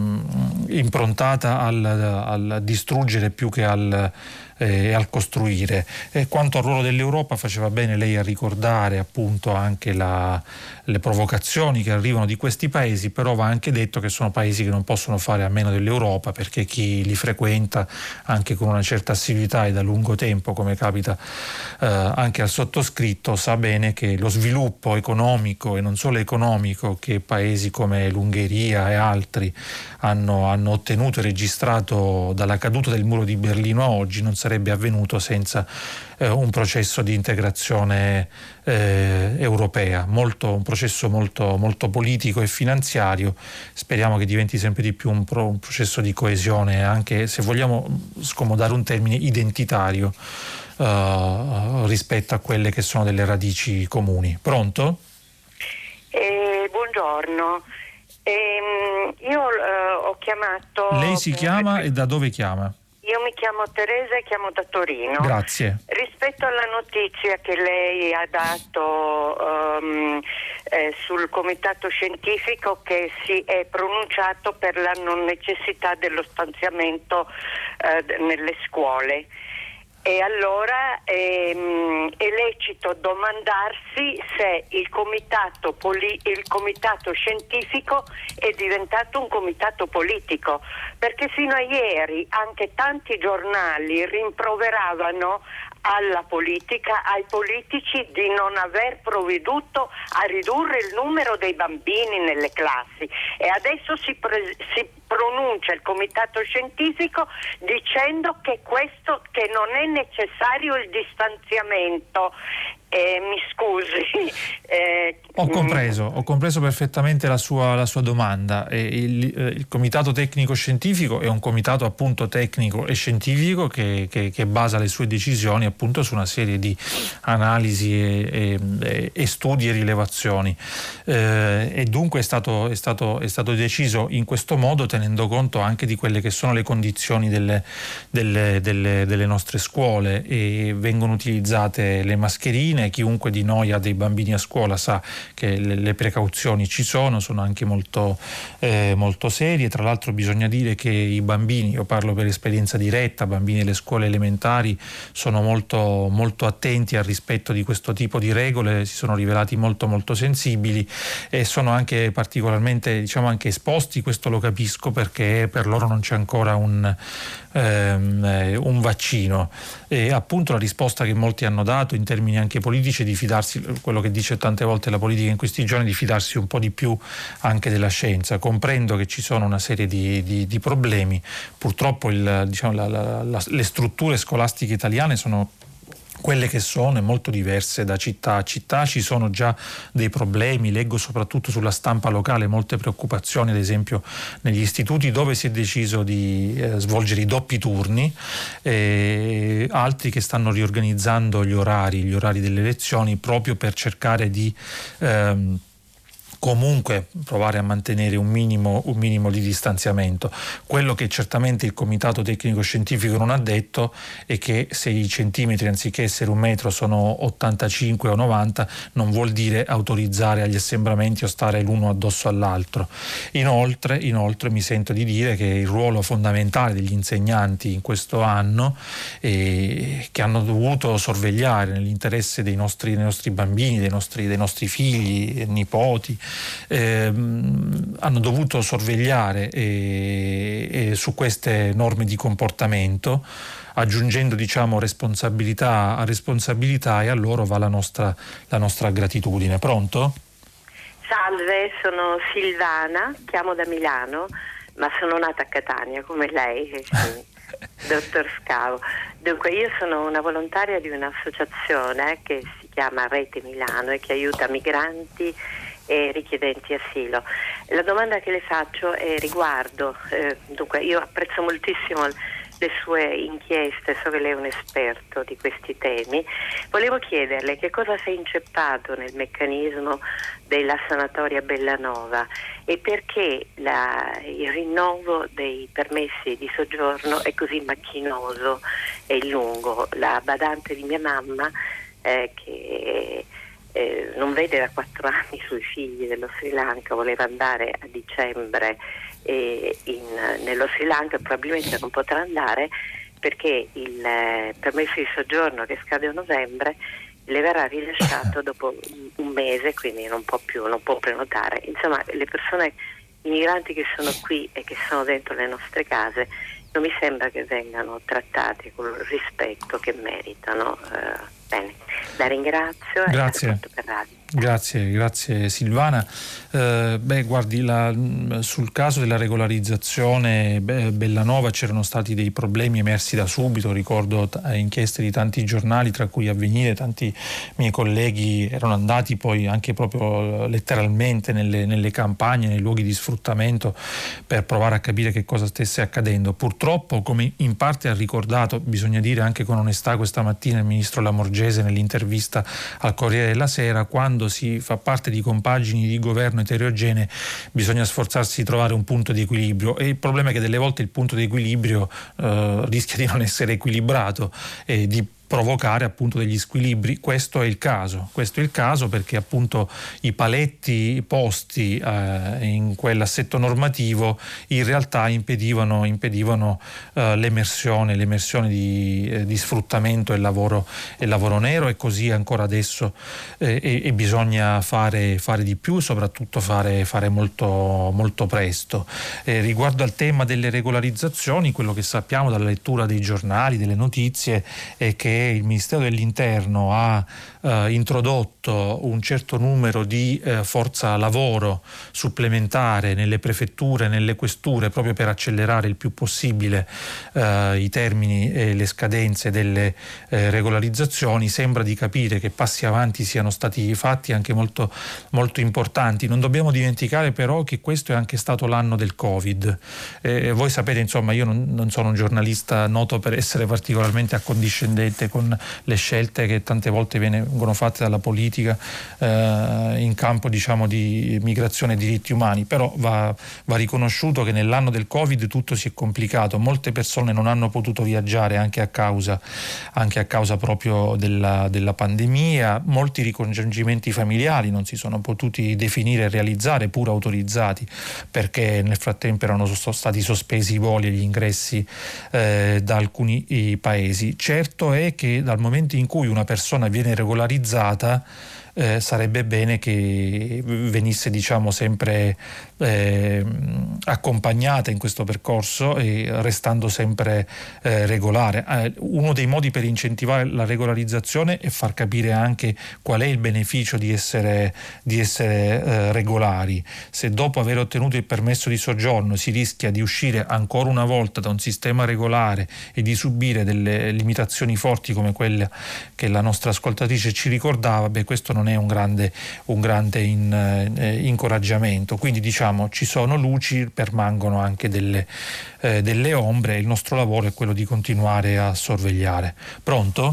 Speaker 2: improntata al, al distruggere più che al e al costruire. E quanto al ruolo dell'Europa, faceva bene lei a ricordare appunto anche la, le provocazioni che arrivano di questi paesi, però va anche detto che sono paesi che non possono fare a meno dell'Europa, perché chi li frequenta anche con una certa assiduità e da lungo tempo, come capita eh, anche al sottoscritto, sa bene che lo sviluppo economico, e non solo economico, che paesi come l'Ungheria e altri hanno, hanno ottenuto e registrato dalla caduta del muro di Berlino a oggi non sarebbe avvenuto senza eh, un processo di integrazione eh, europea, molto, un processo molto, molto politico e finanziario. Speriamo che diventi sempre di più un, pro, un processo di coesione, anche se vogliamo scomodare un termine, identitario eh, rispetto a quelle che sono delle radici comuni. Pronto?
Speaker 4: Eh, buongiorno. Ehm, io eh, ho chiamato...
Speaker 2: Lei si chiama e da dove chiama?
Speaker 4: Io mi chiamo Teresa e chiamo da Torino.
Speaker 2: Grazie.
Speaker 4: Rispetto alla notizia che lei ha dato um, eh, sul comitato scientifico che si è pronunciato per la non necessità dello stanziamento eh, nelle scuole. E allora ehm, è lecito domandarsi se il comitato, poli- il comitato scientifico è diventato un comitato politico, perché fino a ieri anche tanti giornali rimproveravano alla politica, ai politici, di non aver provveduto a ridurre il numero dei bambini nelle classi, e adesso si, pre- si pronuncia il comitato scientifico dicendo che questo, che non è necessario il distanziamento. Eh, mi scusi. Eh,
Speaker 2: ho compreso, ho compreso perfettamente la sua, la sua domanda. Eh, il, eh, il comitato tecnico scientifico è un comitato appunto tecnico e scientifico che, che, che basa le sue decisioni appunto su una serie di analisi e, e, e studi e rilevazioni. Eh, e dunque è stato, è, stato, è stato deciso in questo modo, tenendo conto anche di quelle che sono le condizioni delle, delle, delle, delle nostre scuole, e vengono utilizzate le mascherine. Chiunque di noi ha dei bambini a scuola sa che le, le precauzioni ci sono, sono anche molto, eh, molto serie. Tra l'altro bisogna dire che i bambini, io parlo per esperienza diretta, bambini delle scuole elementari sono molto, molto attenti al rispetto di questo tipo di regole, si sono rivelati molto molto sensibili e sono anche particolarmente, diciamo, anche esposti. Questo lo capisco, perché per loro non c'è ancora un, ehm, un vaccino. E appunto la risposta che molti hanno dato in termini anche politici, di fidarsi, quello che dice tante volte la politica in questi giorni, di fidarsi un po' di più anche della scienza. Comprendo che ci sono una serie di, di, di problemi, purtroppo il, diciamo, la, la, la, le strutture scolastiche italiane sono quelle che sono, e molto diverse da città a città. Ci sono già dei problemi, leggo soprattutto sulla stampa locale molte preoccupazioni, ad esempio negli istituti dove si è deciso di eh, svolgere i doppi turni, e altri che stanno riorganizzando gli orari, gli orari delle lezioni, proprio per cercare di ehm, comunque provare a mantenere un minimo, un minimo di distanziamento. Quello che certamente il comitato tecnico scientifico non ha detto è che se i centimetri anziché essere un metro sono ottantacinque o novanta, non vuol dire autorizzare agli assembramenti o stare l'uno addosso all'altro. Inoltre, inoltre mi sento di dire che il ruolo fondamentale degli insegnanti in questo anno, eh, che hanno dovuto sorvegliare nell'interesse dei nostri, dei nostri bambini, dei nostri, dei nostri figli, nipoti, Eh, hanno dovuto sorvegliare eh, eh, su queste norme di comportamento, aggiungendo, diciamo, responsabilità a responsabilità, e a loro va la nostra, la nostra gratitudine. Pronto?
Speaker 4: Salve, sono Silvana, chiamo da Milano, ma sono nata a Catania come lei. dottor Scavo. Dunque, io sono una volontaria di un'associazione che si chiama Rete Milano e che aiuta migranti e richiedenti asilo. La domanda che le faccio è riguardo, eh, dunque io apprezzo moltissimo le sue inchieste, so che lei è un esperto di questi temi. Volevo chiederle che cosa si è inceppato nel meccanismo della sanatoria Bellanova e perché la, il rinnovo dei permessi di soggiorno è così macchinoso e lungo. La badante di mia mamma, eh, che eh, non vede da quattro anni i suoi figli dello Sri Lanka, voleva andare a dicembre e in, nello Sri Lanka, probabilmente non potrà andare perché il eh, permesso di soggiorno che scade a novembre le verrà rilasciato dopo un mese, quindi non può più, non può prenotare. Insomma, le persone, i migranti che sono qui e che sono dentro le nostre case non mi sembra che vengano trattati con il rispetto che meritano. Eh, bene, la ringrazio.
Speaker 2: Grazie.
Speaker 4: E per radio.
Speaker 2: Grazie, grazie Silvana. Eh, beh, guardi, la, sul caso della regolarizzazione beh, Bellanova c'erano stati dei problemi emersi da subito, ricordo t- inchieste di tanti giornali, tra cui Avvenire, tanti miei colleghi erano andati poi anche proprio letteralmente nelle, nelle campagne, nei luoghi di sfruttamento per provare a capire che cosa stesse accadendo. Purtroppo, come in parte ha ricordato, bisogna dire anche con onestà questa mattina il ministro Lamorgese nell'intervista al Corriere della Sera, quando si fa parte di compagini di governo eterogenee bisogna sforzarsi di trovare un punto di equilibrio e il problema è che delle volte il punto di equilibrio eh, rischia di non essere equilibrato e di provocare appunto degli squilibri. Questo è il caso, questo è il caso perché appunto i paletti posti eh, in quell'assetto normativo in realtà impedivano, impedivano eh, l'emersione, l'emersione di, eh, di sfruttamento e lavoro, e lavoro nero e così ancora adesso eh, e, e bisogna fare, fare di più, soprattutto fare, fare molto, molto presto. Eh, riguardo al tema delle regolarizzazioni, quello che sappiamo dalla lettura dei giornali, delle notizie è che il Ministero dell'Interno ha eh, introdotto un certo numero di eh, forza lavoro supplementare nelle prefetture, nelle questure, proprio per accelerare il più possibile eh, i termini e le scadenze delle eh, regolarizzazioni. Sembra di capire che passi avanti siano stati fatti anche molto, molto importanti. Non dobbiamo dimenticare però che questo è anche stato l'anno del Covid. Eh, voi sapete, insomma, io non, non sono un giornalista noto per essere particolarmente accondiscendente con le scelte che tante volte vengono fatte dalla politica eh, in campo, diciamo, di migrazione e diritti umani, però va, va riconosciuto che nell'anno del Covid tutto si è complicato, molte persone non hanno potuto viaggiare anche a causa, anche a causa proprio della, della pandemia, molti ricongiungimenti familiari non si sono potuti definire e realizzare pur autorizzati perché nel frattempo erano sono stati sospesi i voli e gli ingressi eh, da alcuni paesi. Certo è che dal momento in cui una persona viene regolarizzata eh, sarebbe bene che venisse, diciamo, sempre eh, accompagnata in questo percorso e restando sempre eh, regolare. Eh, uno dei modi per incentivare la regolarizzazione è far capire anche qual è il beneficio di essere, di essere eh, regolari. Se dopo aver ottenuto il permesso di soggiorno si rischia di uscire ancora una volta da un sistema regolare e di subire delle limitazioni forti come quella che la nostra ascoltatrice ci ricordava, beh, questo non è un grande, un grande in, eh, incoraggiamento. Quindi, diciamo, ci sono luci, permangono anche delle, eh, delle ombre e il nostro lavoro è quello di continuare a sorvegliare. Pronto?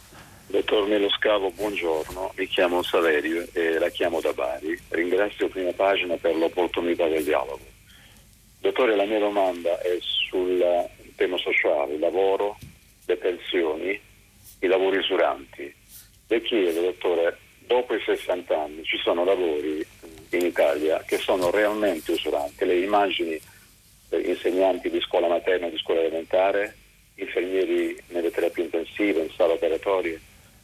Speaker 5: Dottor Nello Scavo, buongiorno, mi chiamo Saverio e la chiamo da Bari. Ringrazio Prima Pagina per l'opportunità del dialogo. Dottore, la mia domanda è sul tema sociale, il lavoro, le pensioni, i lavori usuranti. Le chiedo, dottore, dopo i sessanta anni ci sono lavori in Italia che sono realmente usuranti. Le immagini eh, insegnanti di scuola materna, di scuola elementare, infermieri nelle terapie intensive, in sala operatorie.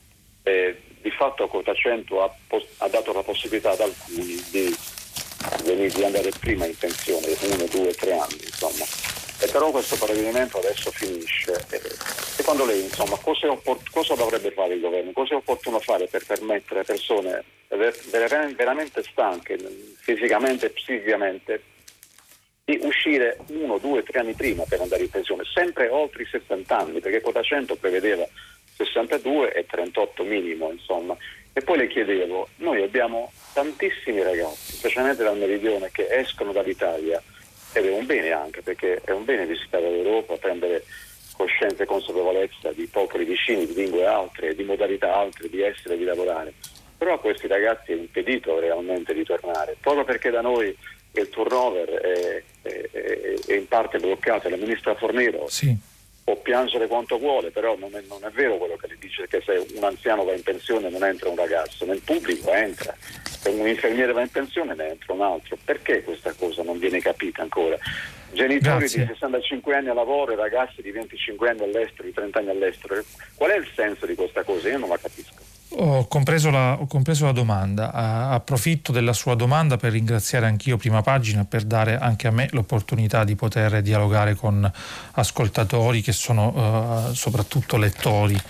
Speaker 5: Eh, di fatto Quota cento ha, ha dato la possibilità ad alcuni di, venire, di andare prima in pensione, uno, due, tre anni, insomma. E però questo provvedimento adesso finisce. E secondo lei, insomma, cosa, è opport- cosa dovrebbe fare il governo? Cosa è opportuno fare per permettere a persone ver- ver- veramente stanche, fisicamente e psichicamente, di uscire uno, due, tre anni prima per andare in pensione, sempre oltre i sessanta anni, perché quota cento prevedeva sessantadue e trentotto minimo, insomma. E poi le chiedevo, noi abbiamo tantissimi ragazzi, specialmente dal meridione, che escono dall'Italia, ed è un bene anche, perché è un bene visitare l'Europa, prendere coscienza e consapevolezza di popoli vicini, di lingue altre, di modalità altre di essere e di lavorare. Però a questi ragazzi è impedito realmente di tornare, proprio perché da noi il turnover è, è, è, è in parte bloccato. La ministra Fornero
Speaker 2: sì.
Speaker 5: può piangere quanto vuole, però non è, non è vero quello che le dice, che se un anziano va in pensione non entra un ragazzo, nel pubblico entra, se un infermiere va in pensione ne entra un altro. Perché questa cosa non viene capita ancora? Genitori
Speaker 2: Grazie.
Speaker 5: di sessantacinque anni a lavoro e ragazzi di venticinque anni all'estero, di trenta anni all'estero, qual è il senso di questa cosa? Io non la capisco.
Speaker 2: Ho compreso la, ho compreso la domanda, uh, approfitto della sua domanda per ringraziare anch'io Prima Pagina, per dare anche a me l'opportunità di poter dialogare con ascoltatori che sono uh, soprattutto lettori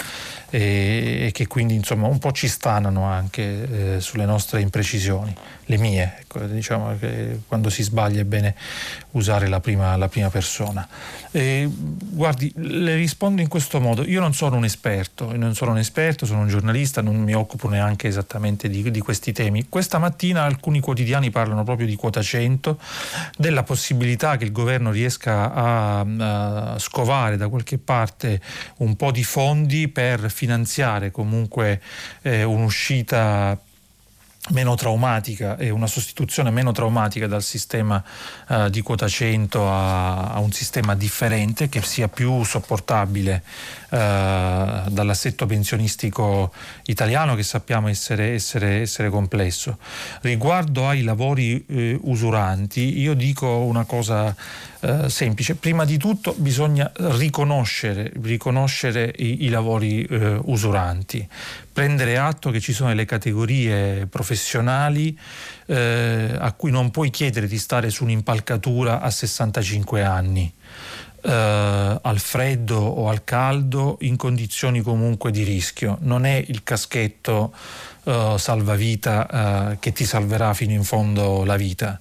Speaker 2: e, e che quindi insomma un po' ci stanano anche eh, sulle nostre imprecisioni, le mie, ecco, diciamo che quando si sbaglia è bene usare la prima, la prima persona. E, guardi, le rispondo in questo modo: io non sono un esperto, non sono un esperto, sono un giornalista, non mi occupo neanche esattamente di, di questi temi. Questa mattina alcuni quotidiani parlano proprio di quota cento, della possibilità che il governo riesca a, a scovare da qualche parte un po' di fondi per finanziare comunque eh, un'uscita meno traumatica e una sostituzione meno traumatica dal sistema uh, di quota cento a, a un sistema differente che sia più sopportabile uh, dall'assetto pensionistico italiano, che sappiamo essere, essere, essere complesso. Riguardo ai lavori eh, usuranti, io dico una cosa eh, semplice: prima di tutto bisogna riconoscere, riconoscere i, i lavori eh, usuranti, prendere atto che ci sono delle categorie professionali eh, a cui non puoi chiedere di stare su un'impalcatura a sessantacinque anni, eh, al freddo o al caldo, in condizioni comunque di rischio. Non è il caschetto Uh, salvavita uh, che ti salverà fino in fondo la vita.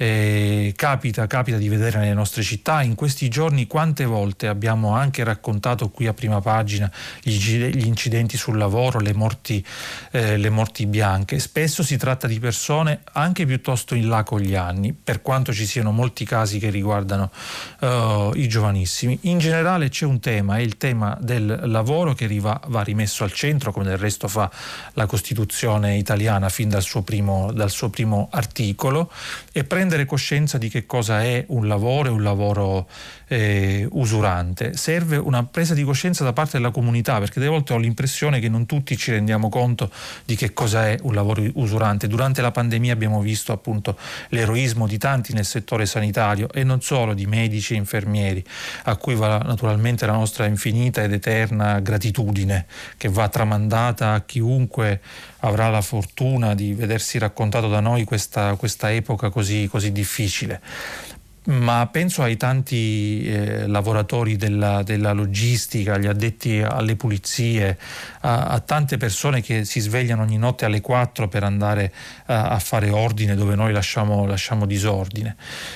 Speaker 2: E capita, capita di vedere nelle nostre città in questi giorni quante volte abbiamo anche raccontato qui a Prima Pagina gli, gli incidenti sul lavoro, le morti, eh, le morti bianche. Spesso si tratta di persone anche piuttosto in là con gli anni, per quanto ci siano molti casi che riguardano uh, i giovanissimi. In generale c'è un tema, è il tema del lavoro, che riva, va rimesso al centro, come del resto fa la Costituzione italiana fin dal suo primo, dal suo primo articolo, e prendere coscienza di che cosa è un lavoro e un lavoro eh, usurante. Serve una presa di coscienza da parte della comunità, perché delle volte ho l'impressione che non tutti ci rendiamo conto di che cosa è un lavoro usurante. Durante la pandemia abbiamo visto appunto l'eroismo di tanti nel settore sanitario, e non solo, di medici e infermieri, a cui va naturalmente la nostra infinita ed eterna gratitudine, che va tramandata a chiunque avrà la fortuna di vedersi raccontato da noi questa, questa epoca così, così difficile. Ma penso ai tanti eh, lavoratori della, della logistica, agli addetti alle pulizie, a, a tante persone che si svegliano ogni notte alle quattro per andare a, a fare ordine dove noi lasciamo, lasciamo disordine,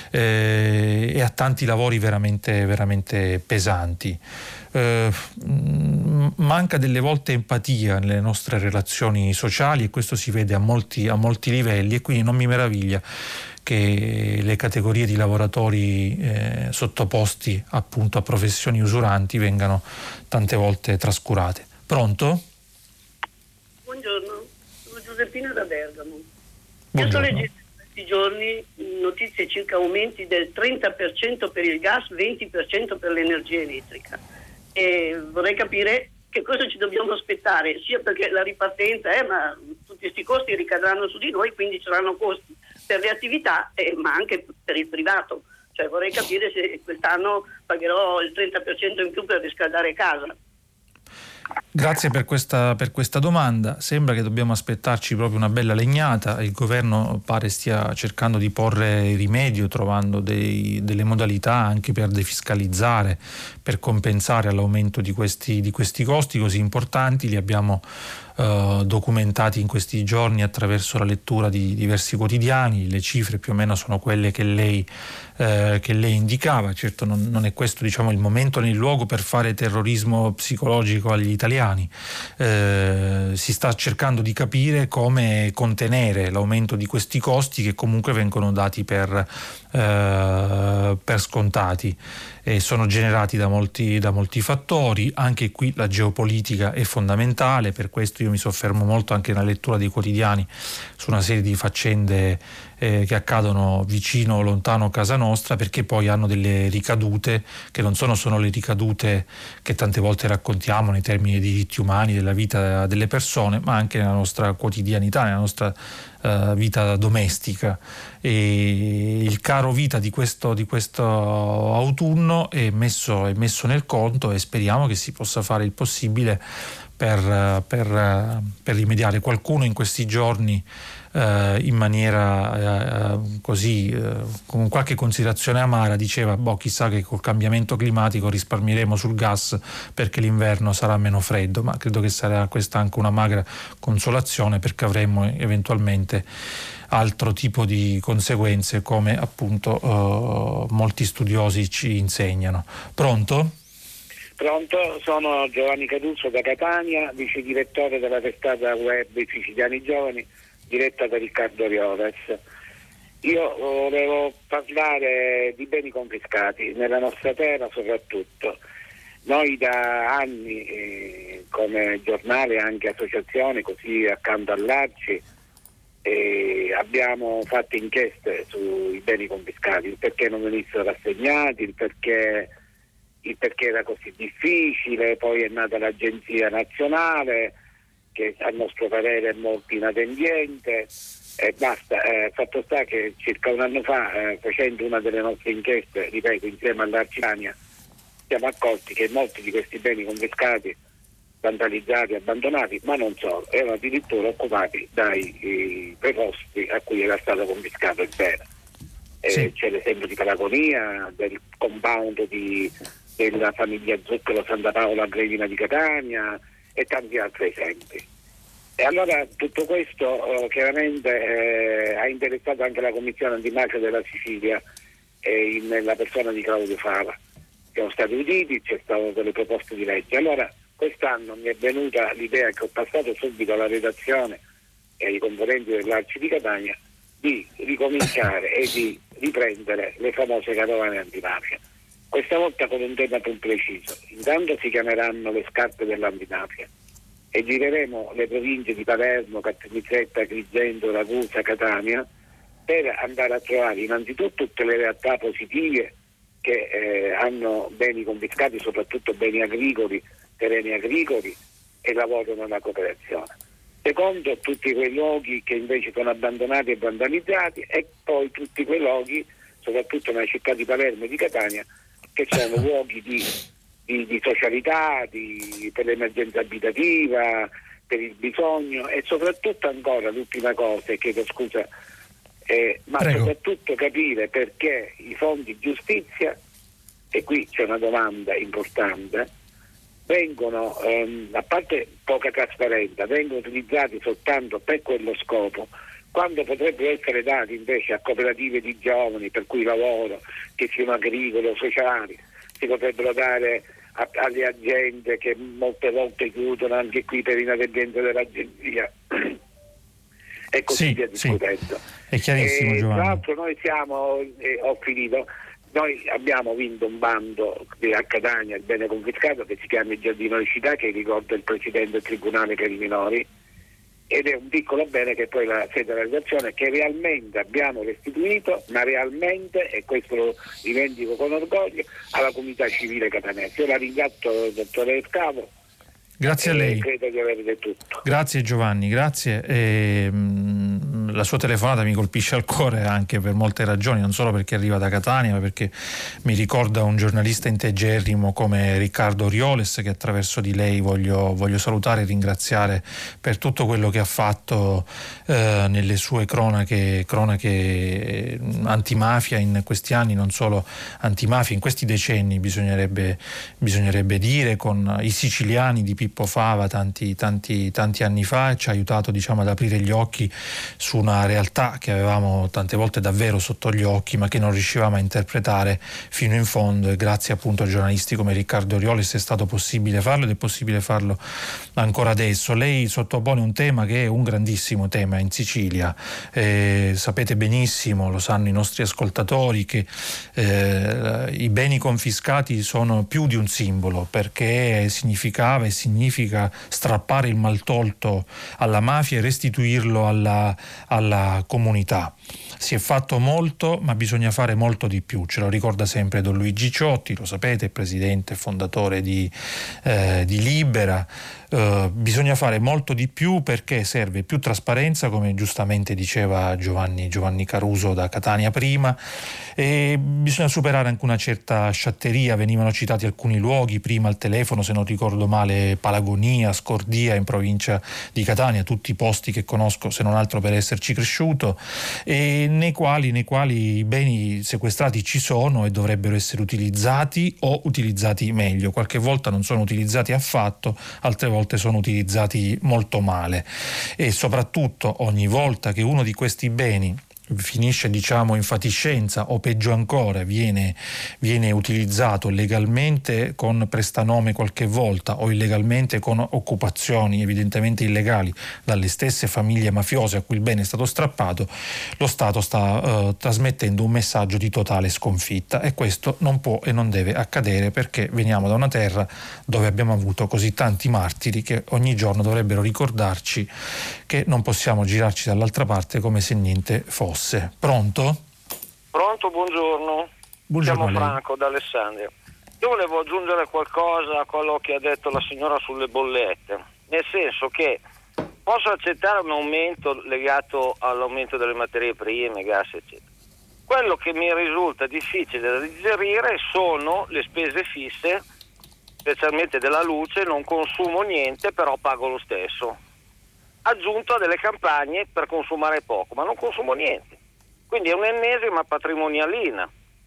Speaker 2: eh, e a tanti lavori veramente, veramente pesanti. Eh, manca delle volte empatia nelle nostre relazioni sociali, e questo si vede a molti, a molti livelli, e quindi non mi meraviglia che le categorie di lavoratori eh, sottoposti appunto a professioni usuranti vengano tante volte trascurate. Pronto?
Speaker 6: Buongiorno, sono Giuseppina da Bergamo.
Speaker 2: Buongiorno.
Speaker 6: Io sto leggendo in questi giorni notizie circa aumenti del trenta per cento per il gas, venti per cento per l'energia elettrica, e vorrei capire che cosa ci dobbiamo aspettare, sia perché la ripartenza è, ma tutti questi costi ricadranno su di noi, quindi ci saranno costi per le attività, eh, ma anche per il privato. Cioè vorrei capire se quest'anno pagherò il trenta per cento in più per riscaldare casa.
Speaker 2: Grazie per questa, per questa domanda. Sembra che dobbiamo aspettarci proprio una bella legnata. Il governo pare stia cercando di porre rimedio, trovando dei, delle modalità anche per defiscalizzare, per compensare all'aumento di questi, di questi costi così importanti. Li abbiamo eh, documentati in questi giorni attraverso la lettura di diversi quotidiani. Le cifre più o meno sono quelle che lei, eh, che lei indicava. Certo non, non è questo, diciamo, il momento né il luogo per fare terrorismo psicologico agli italiani. Eh, si sta cercando di capire come contenere l'aumento di questi costi che comunque vengono dati per, eh, per scontati e sono generati da molti, da molti fattori. Anche qui la geopolitica è fondamentale, per questo io mi soffermo molto anche nella lettura dei quotidiani su una serie di faccende eh, che accadono vicino o lontano casa nostra, perché poi hanno delle ricadute che non sono solo le ricadute che tante volte raccontiamo nei termini di diritti umani, della vita delle persone, ma anche nella nostra quotidianità, nella nostra uh, vita domestica. E il caro vita di questo, di questo autunno è messo, è messo nel conto, e speriamo che si possa fare il possibile per, per, per rimediare. Qualcuno in questi giorni Uh, in maniera uh, così uh, con qualche considerazione amara diceva: boh, chissà che col cambiamento climatico risparmieremo sul gas perché l'inverno sarà meno freddo. Ma credo che sarà questa anche una magra consolazione, perché avremo eventualmente altro tipo di conseguenze, come appunto uh, molti studiosi ci insegnano. Pronto?
Speaker 7: Pronto, sono Giovanni Caduso da Catania, vice direttore della testata web I Siciliani Giovani, diretta da Riccardo Rioves. Io volevo parlare di beni confiscati nella nostra terra soprattutto. Noi da anni eh, come giornale e anche associazione, così accanto all'A R C I, eh, abbiamo fatto inchieste sui beni confiscati, il perché non venissero rassegnati, il perché, il perché era così difficile. Poi è nata l'Agenzia Nazionale, che a nostro parere è molto inadempiente, e basta. Eh, fatto sta che circa un anno fa, eh, facendo una delle nostre inchieste, ripeto, insieme all'Arcitania, siamo accorti che molti di questi beni confiscati, vandalizzati, abbandonati, ma non solo, erano addirittura occupati dai eh, preposti a cui era stato confiscato il bene. Eh, sì. C'è l'esempio di Palagonia, del compound di, della famiglia Zucchero Santa Paola Grevina di Catania, e tanti altri esempi. E allora tutto questo eh, chiaramente eh, ha interessato anche la Commissione Antimafia della Sicilia, e in, nella persona di Claudio Fava. Siamo stati uditi, c'è stato delle proposte di legge. Allora quest'anno mi è venuta l'idea, che ho passato subito alla redazione e ai componenti dell'A R C I di Catania, di ricominciare e di riprendere le famose carovane antimafia. Questa volta con un tema più preciso. Intanto si chiameranno le scarpe dell'antimafia e gireremo le province di Palermo, Caltanissetta, Agrigento, Ragusa, Catania, per andare a trovare innanzitutto tutte le realtà positive che eh, hanno beni confiscati, soprattutto beni agricoli, terreni agricoli, e lavorano nella cooperazione. Secondo, tutti quei luoghi che invece sono abbandonati e vandalizzati, e poi tutti quei luoghi, soprattutto nella città di Palermo e di Catania, che sono luoghi di, di, di socialità, di, per l'emergenza abitativa, per il bisogno, e soprattutto ancora l'ultima cosa, e chiedo scusa, eh, ma Prego. soprattutto capire perché i fondi giustizia, e qui c'è una domanda importante, vengono, ehm, a parte poca trasparenza, vengono utilizzati soltanto per quello scopo, quando potrebbero essere dati invece a cooperative di giovani, per cui lavoro, che siano agricole o sociali, si potrebbero dare a, alle aziende che molte volte chiudono, anche qui per inadempienza dell'agenzia, e così
Speaker 2: sì,
Speaker 7: via discutendo.
Speaker 2: Sì. È chiarissimo,
Speaker 7: e,
Speaker 2: Giovanni.
Speaker 7: Tra l'altro noi siamo, eh, ho finito, noi abbiamo vinto un bando a Catania, il bene confiscato, che si chiama il Giardino di Città, che ricorda il presidente del Tribunale per i minori, ed è un piccolo bene che poi la sede della redazione, che realmente abbiamo restituito, ma realmente, e questo lo rivendico con orgoglio, alla comunità civile catanese. Io la ringrazio, dottore Scavo.
Speaker 2: Grazie a lei.
Speaker 7: Credo di aver detto tutto.
Speaker 2: Grazie Giovanni, grazie. E, mh, la sua telefonata mi colpisce al cuore anche per molte ragioni, non solo perché arriva da Catania, ma perché mi ricorda un giornalista integerrimo come Riccardo Orioles, che attraverso di lei voglio, voglio salutare e ringraziare per tutto quello che ha fatto eh, nelle sue cronache, cronache antimafia in questi anni, non solo antimafia, in questi decenni bisognerebbe, bisognerebbe dire, con i siciliani di Pippo Fava tanti, tanti, tanti anni fa, ci ha aiutato, diciamo, ad aprire gli occhi su una realtà che avevamo tante volte davvero sotto gli occhi, ma che non riuscivamo a interpretare fino in fondo, e grazie appunto a giornalisti come Riccardo Orioles è stato possibile farlo ed è possibile farlo ancora adesso. Lei sottopone un tema che è un grandissimo tema in Sicilia, eh, sapete benissimo, lo sanno i nostri ascoltatori, che eh, i beni confiscati sono più di un simbolo, perché significava e significa strappare il maltolto alla mafia e restituirlo alla, alla comunità. Si è fatto molto, ma bisogna fare molto di più, ce lo ricorda sempre Don Luigi Ciotti, lo sapete, presidente e fondatore di, eh, di Libera. Uh, bisogna fare molto di più, perché serve più trasparenza, come giustamente diceva Giovanni, Giovanni Caruso da Catania prima, e bisogna superare anche una certa sciatteria. Venivano citati alcuni luoghi prima al telefono, se non ricordo male Palagonia, Scordia in provincia di Catania, tutti posti che conosco se non altro per esserci cresciuto, e nei quali, nei quali i beni sequestrati ci sono e dovrebbero essere utilizzati o utilizzati meglio. Qualche volta non sono utilizzati affatto, altre volte sono utilizzati molto male, e soprattutto ogni volta che uno di questi beni finisce, diciamo, in fatiscenza, o peggio ancora viene, viene utilizzato legalmente con prestanome qualche volta, o illegalmente con occupazioni evidentemente illegali dalle stesse famiglie mafiose a cui il bene è stato strappato, lo Stato sta eh, trasmettendo un messaggio di totale sconfitta, e questo non può e non deve accadere, perché veniamo da una terra dove abbiamo avuto così tanti martiri che ogni giorno dovrebbero ricordarci che non possiamo girarci dall'altra parte come se niente fosse. Pronto?
Speaker 8: Pronto, buongiorno.
Speaker 2: Buongiorno.
Speaker 8: Chiamo Franco da Alessandria. Io volevo aggiungere qualcosa a quello che ha detto la signora sulle bollette, nel senso che posso accettare un aumento legato all'aumento delle materie prime, gas eccetera. Quello che mi risulta difficile da digerire sono le spese fisse, specialmente della luce. Non consumo niente, però pago lo stesso, aggiunto a delle campagne per consumare poco, ma non consumo niente. Quindi è un'ennesima patrimonialina,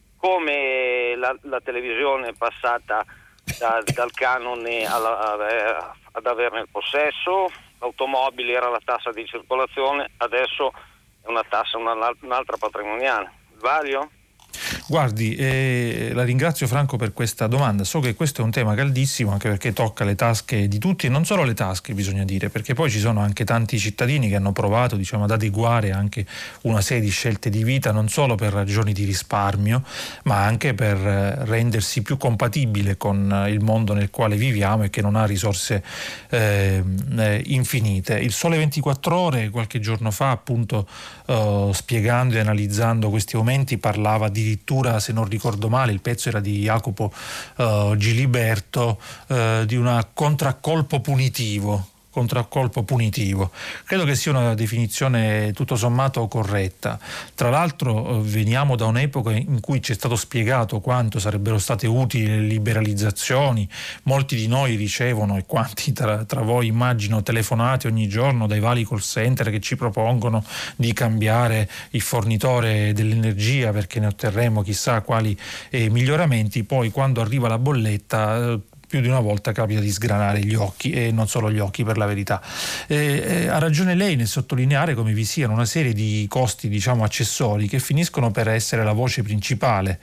Speaker 8: come la, la televisione passata da, dal canone alla, a, ad averne il possesso, l'automobile era la tassa di circolazione, adesso è una tassa, una, un'altra patrimoniale. Sbaglio?
Speaker 2: Guardi, eh, la ringrazio Franco per questa domanda. So che questo è un tema caldissimo, anche perché tocca le tasche di tutti, e non solo le tasche, bisogna dire, perché poi ci sono anche tanti cittadini che hanno provato, diciamo, ad adeguare anche una serie di scelte di vita, non solo per ragioni di risparmio, ma anche per eh, rendersi più compatibile con il mondo nel quale viviamo e che non ha risorse eh, eh, infinite. Il Sole ventiquattro Ore qualche giorno fa, appunto, eh, spiegando e analizzando questi aumenti, parlava addirittura, se non ricordo male, il pezzo era di Jacopo uh, Giliberto, uh, di un contraccolpo punitivo. contraccolpo punitivo. Credo che sia una definizione tutto sommato corretta. Tra l'altro veniamo da un'epoca in cui ci è stato spiegato quanto sarebbero state utili le liberalizzazioni. Molti di noi ricevono, e quanti tra, tra voi immagino, telefonate ogni giorno dai vari call center che ci propongono di cambiare il fornitore dell'energia perché ne otterremo chissà quali eh, miglioramenti. Poi quando arriva la bolletta eh, più di una volta capita di sgranare gli occhi, e non solo gli occhi, per la verità. Eh, eh, ha ragione lei nel sottolineare come vi siano una serie di costi, diciamo, accessori che finiscono per essere la voce principale,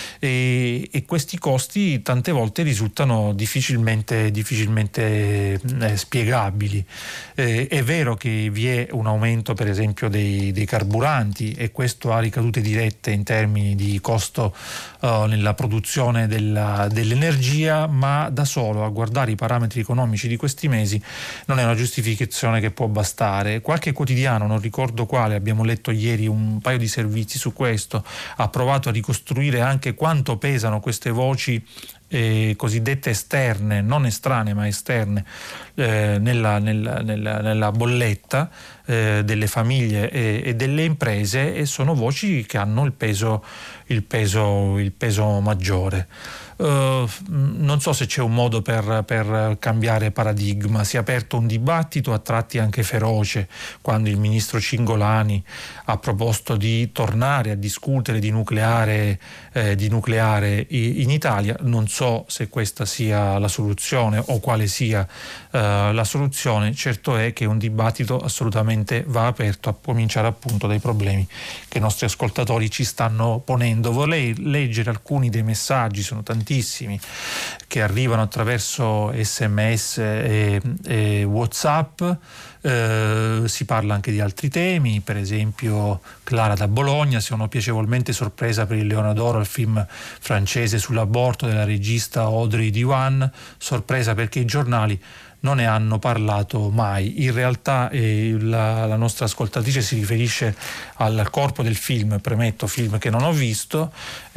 Speaker 2: e, e questi costi tante volte risultano difficilmente, difficilmente eh, spiegabili. Eh, è vero che vi è un aumento, per esempio, dei, dei carburanti, e questo ha ricadute dirette in termini di costo uh, nella produzione della, dell'energia, ma da solo a guardare i parametri economici di questi mesi non è una giustificazione che può bastare. Qualche quotidiano, non ricordo quale, abbiamo letto ieri un paio di servizi su questo, ha provato a ricostruire anche quanto pesano queste voci eh, cosiddette esterne, non estranee ma esterne, eh, nella, nella, nella, nella bolletta eh, delle famiglie e, e delle imprese, e sono voci che hanno il peso, il peso, il peso maggiore. Uh, non so se c'è un modo per, per cambiare paradigma. Si è aperto un dibattito a tratti anche feroce quando il ministro Cingolani ha proposto di tornare a discutere di nucleare, eh, di nucleare in Italia. Non so se questa sia la soluzione o quale sia uh, la soluzione. Certo è che un dibattito assolutamente va aperto, a cominciare appunto dai problemi che i nostri ascoltatori ci stanno ponendo. Vorrei leggere alcuni dei messaggi, sono tanti che arrivano attraverso sms e, e WhatsApp. Eh, si parla anche di altri temi, per esempio Clara da Bologna: sono piacevolmente sorpresa per il Leone d'Oro al film francese sull'aborto della regista Audrey Diwan, sorpresa perché i giornali non ne hanno parlato mai. In realtà eh, la, la nostra ascoltatrice si riferisce al corpo del film, premetto, film che non ho visto,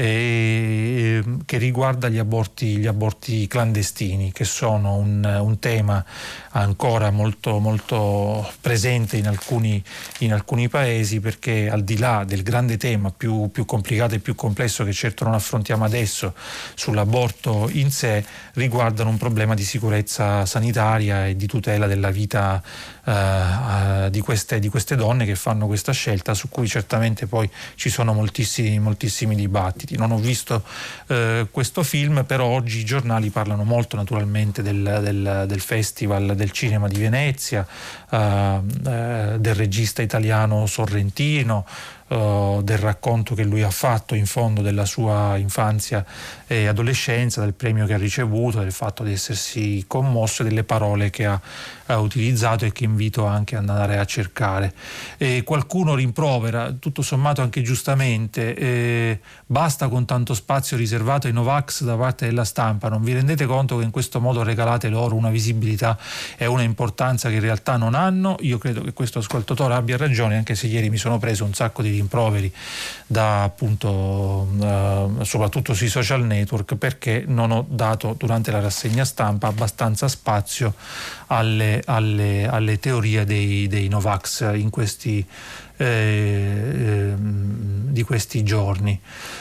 Speaker 2: eh, che riguarda gli aborti, gli aborti clandestini, che sono un, un tema ancora molto, molto presente in alcuni, in alcuni paesi, perché al di là del grande tema più, più complicato e più complesso che certo non affrontiamo adesso sull'aborto in sé, riguardano un problema di sicurezza sanitaria e di tutela della vita uh, uh, di, queste, di queste donne che fanno questa scelta, su cui certamente poi ci sono moltissimi, moltissimi dibattiti. Non ho visto uh, questo film, però oggi i giornali parlano molto naturalmente del, del, del Festival del Cinema di Venezia, uh, uh, del regista italiano Sorrentino, Uh, del racconto che lui ha fatto in fondo della sua infanzia e adolescenza, del premio che ha ricevuto, del fatto di essersi commosso e delle parole che ha, ha utilizzato e che invito anche ad andare a cercare. E qualcuno rimprovera, tutto sommato anche giustamente, eh, basta con tanto spazio riservato ai Novax da parte della stampa. Non vi rendete conto che in questo modo regalate loro una visibilità e una importanza che in realtà non hanno? Io credo che questo ascoltatore abbia ragione, anche se ieri mi sono preso un sacco di rimproveri da appunto uh, soprattutto sui social network, perché non ho dato durante la rassegna stampa abbastanza spazio alle, alle, alle teorie dei, dei Novax in questi eh, eh, di questi giorni.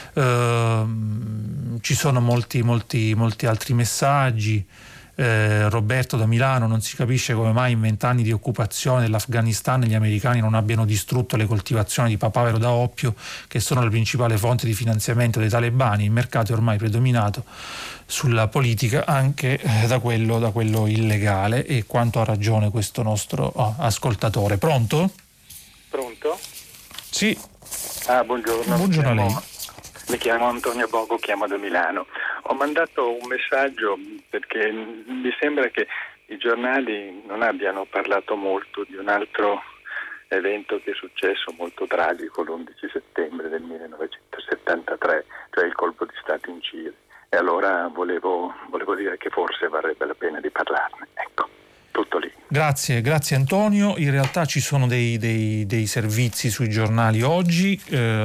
Speaker 2: Uh, ci sono molti molti molti altri messaggi. Eh, Roberto da Milano: non si capisce come mai in vent'anni di occupazione dell'Afghanistan gli americani non abbiano distrutto le coltivazioni di papavero da oppio, che sono la principale fonte di finanziamento dei talebani. Il mercato è ormai predominato sulla politica anche eh, da, quello, da quello illegale. E quanto ha ragione questo nostro oh, ascoltatore. Pronto?
Speaker 9: Pronto?
Speaker 2: Sì.
Speaker 9: Ah, buongiorno.
Speaker 2: Buongiorno a lei.
Speaker 9: Mi chiamo Antonio Bogo, chiamo da Milano. Ho mandato un messaggio perché mi sembra che i giornali non abbiano parlato molto di un altro evento che è successo molto tragico l'undici settembre del millenovecentosettantatré, cioè il colpo di Stato in Cile. E allora volevo, volevo dire che forse varrebbe la pena di parlarne. Ecco, tutto lì.
Speaker 2: Grazie, grazie Antonio. In realtà ci sono dei, dei, dei servizi sui giornali oggi.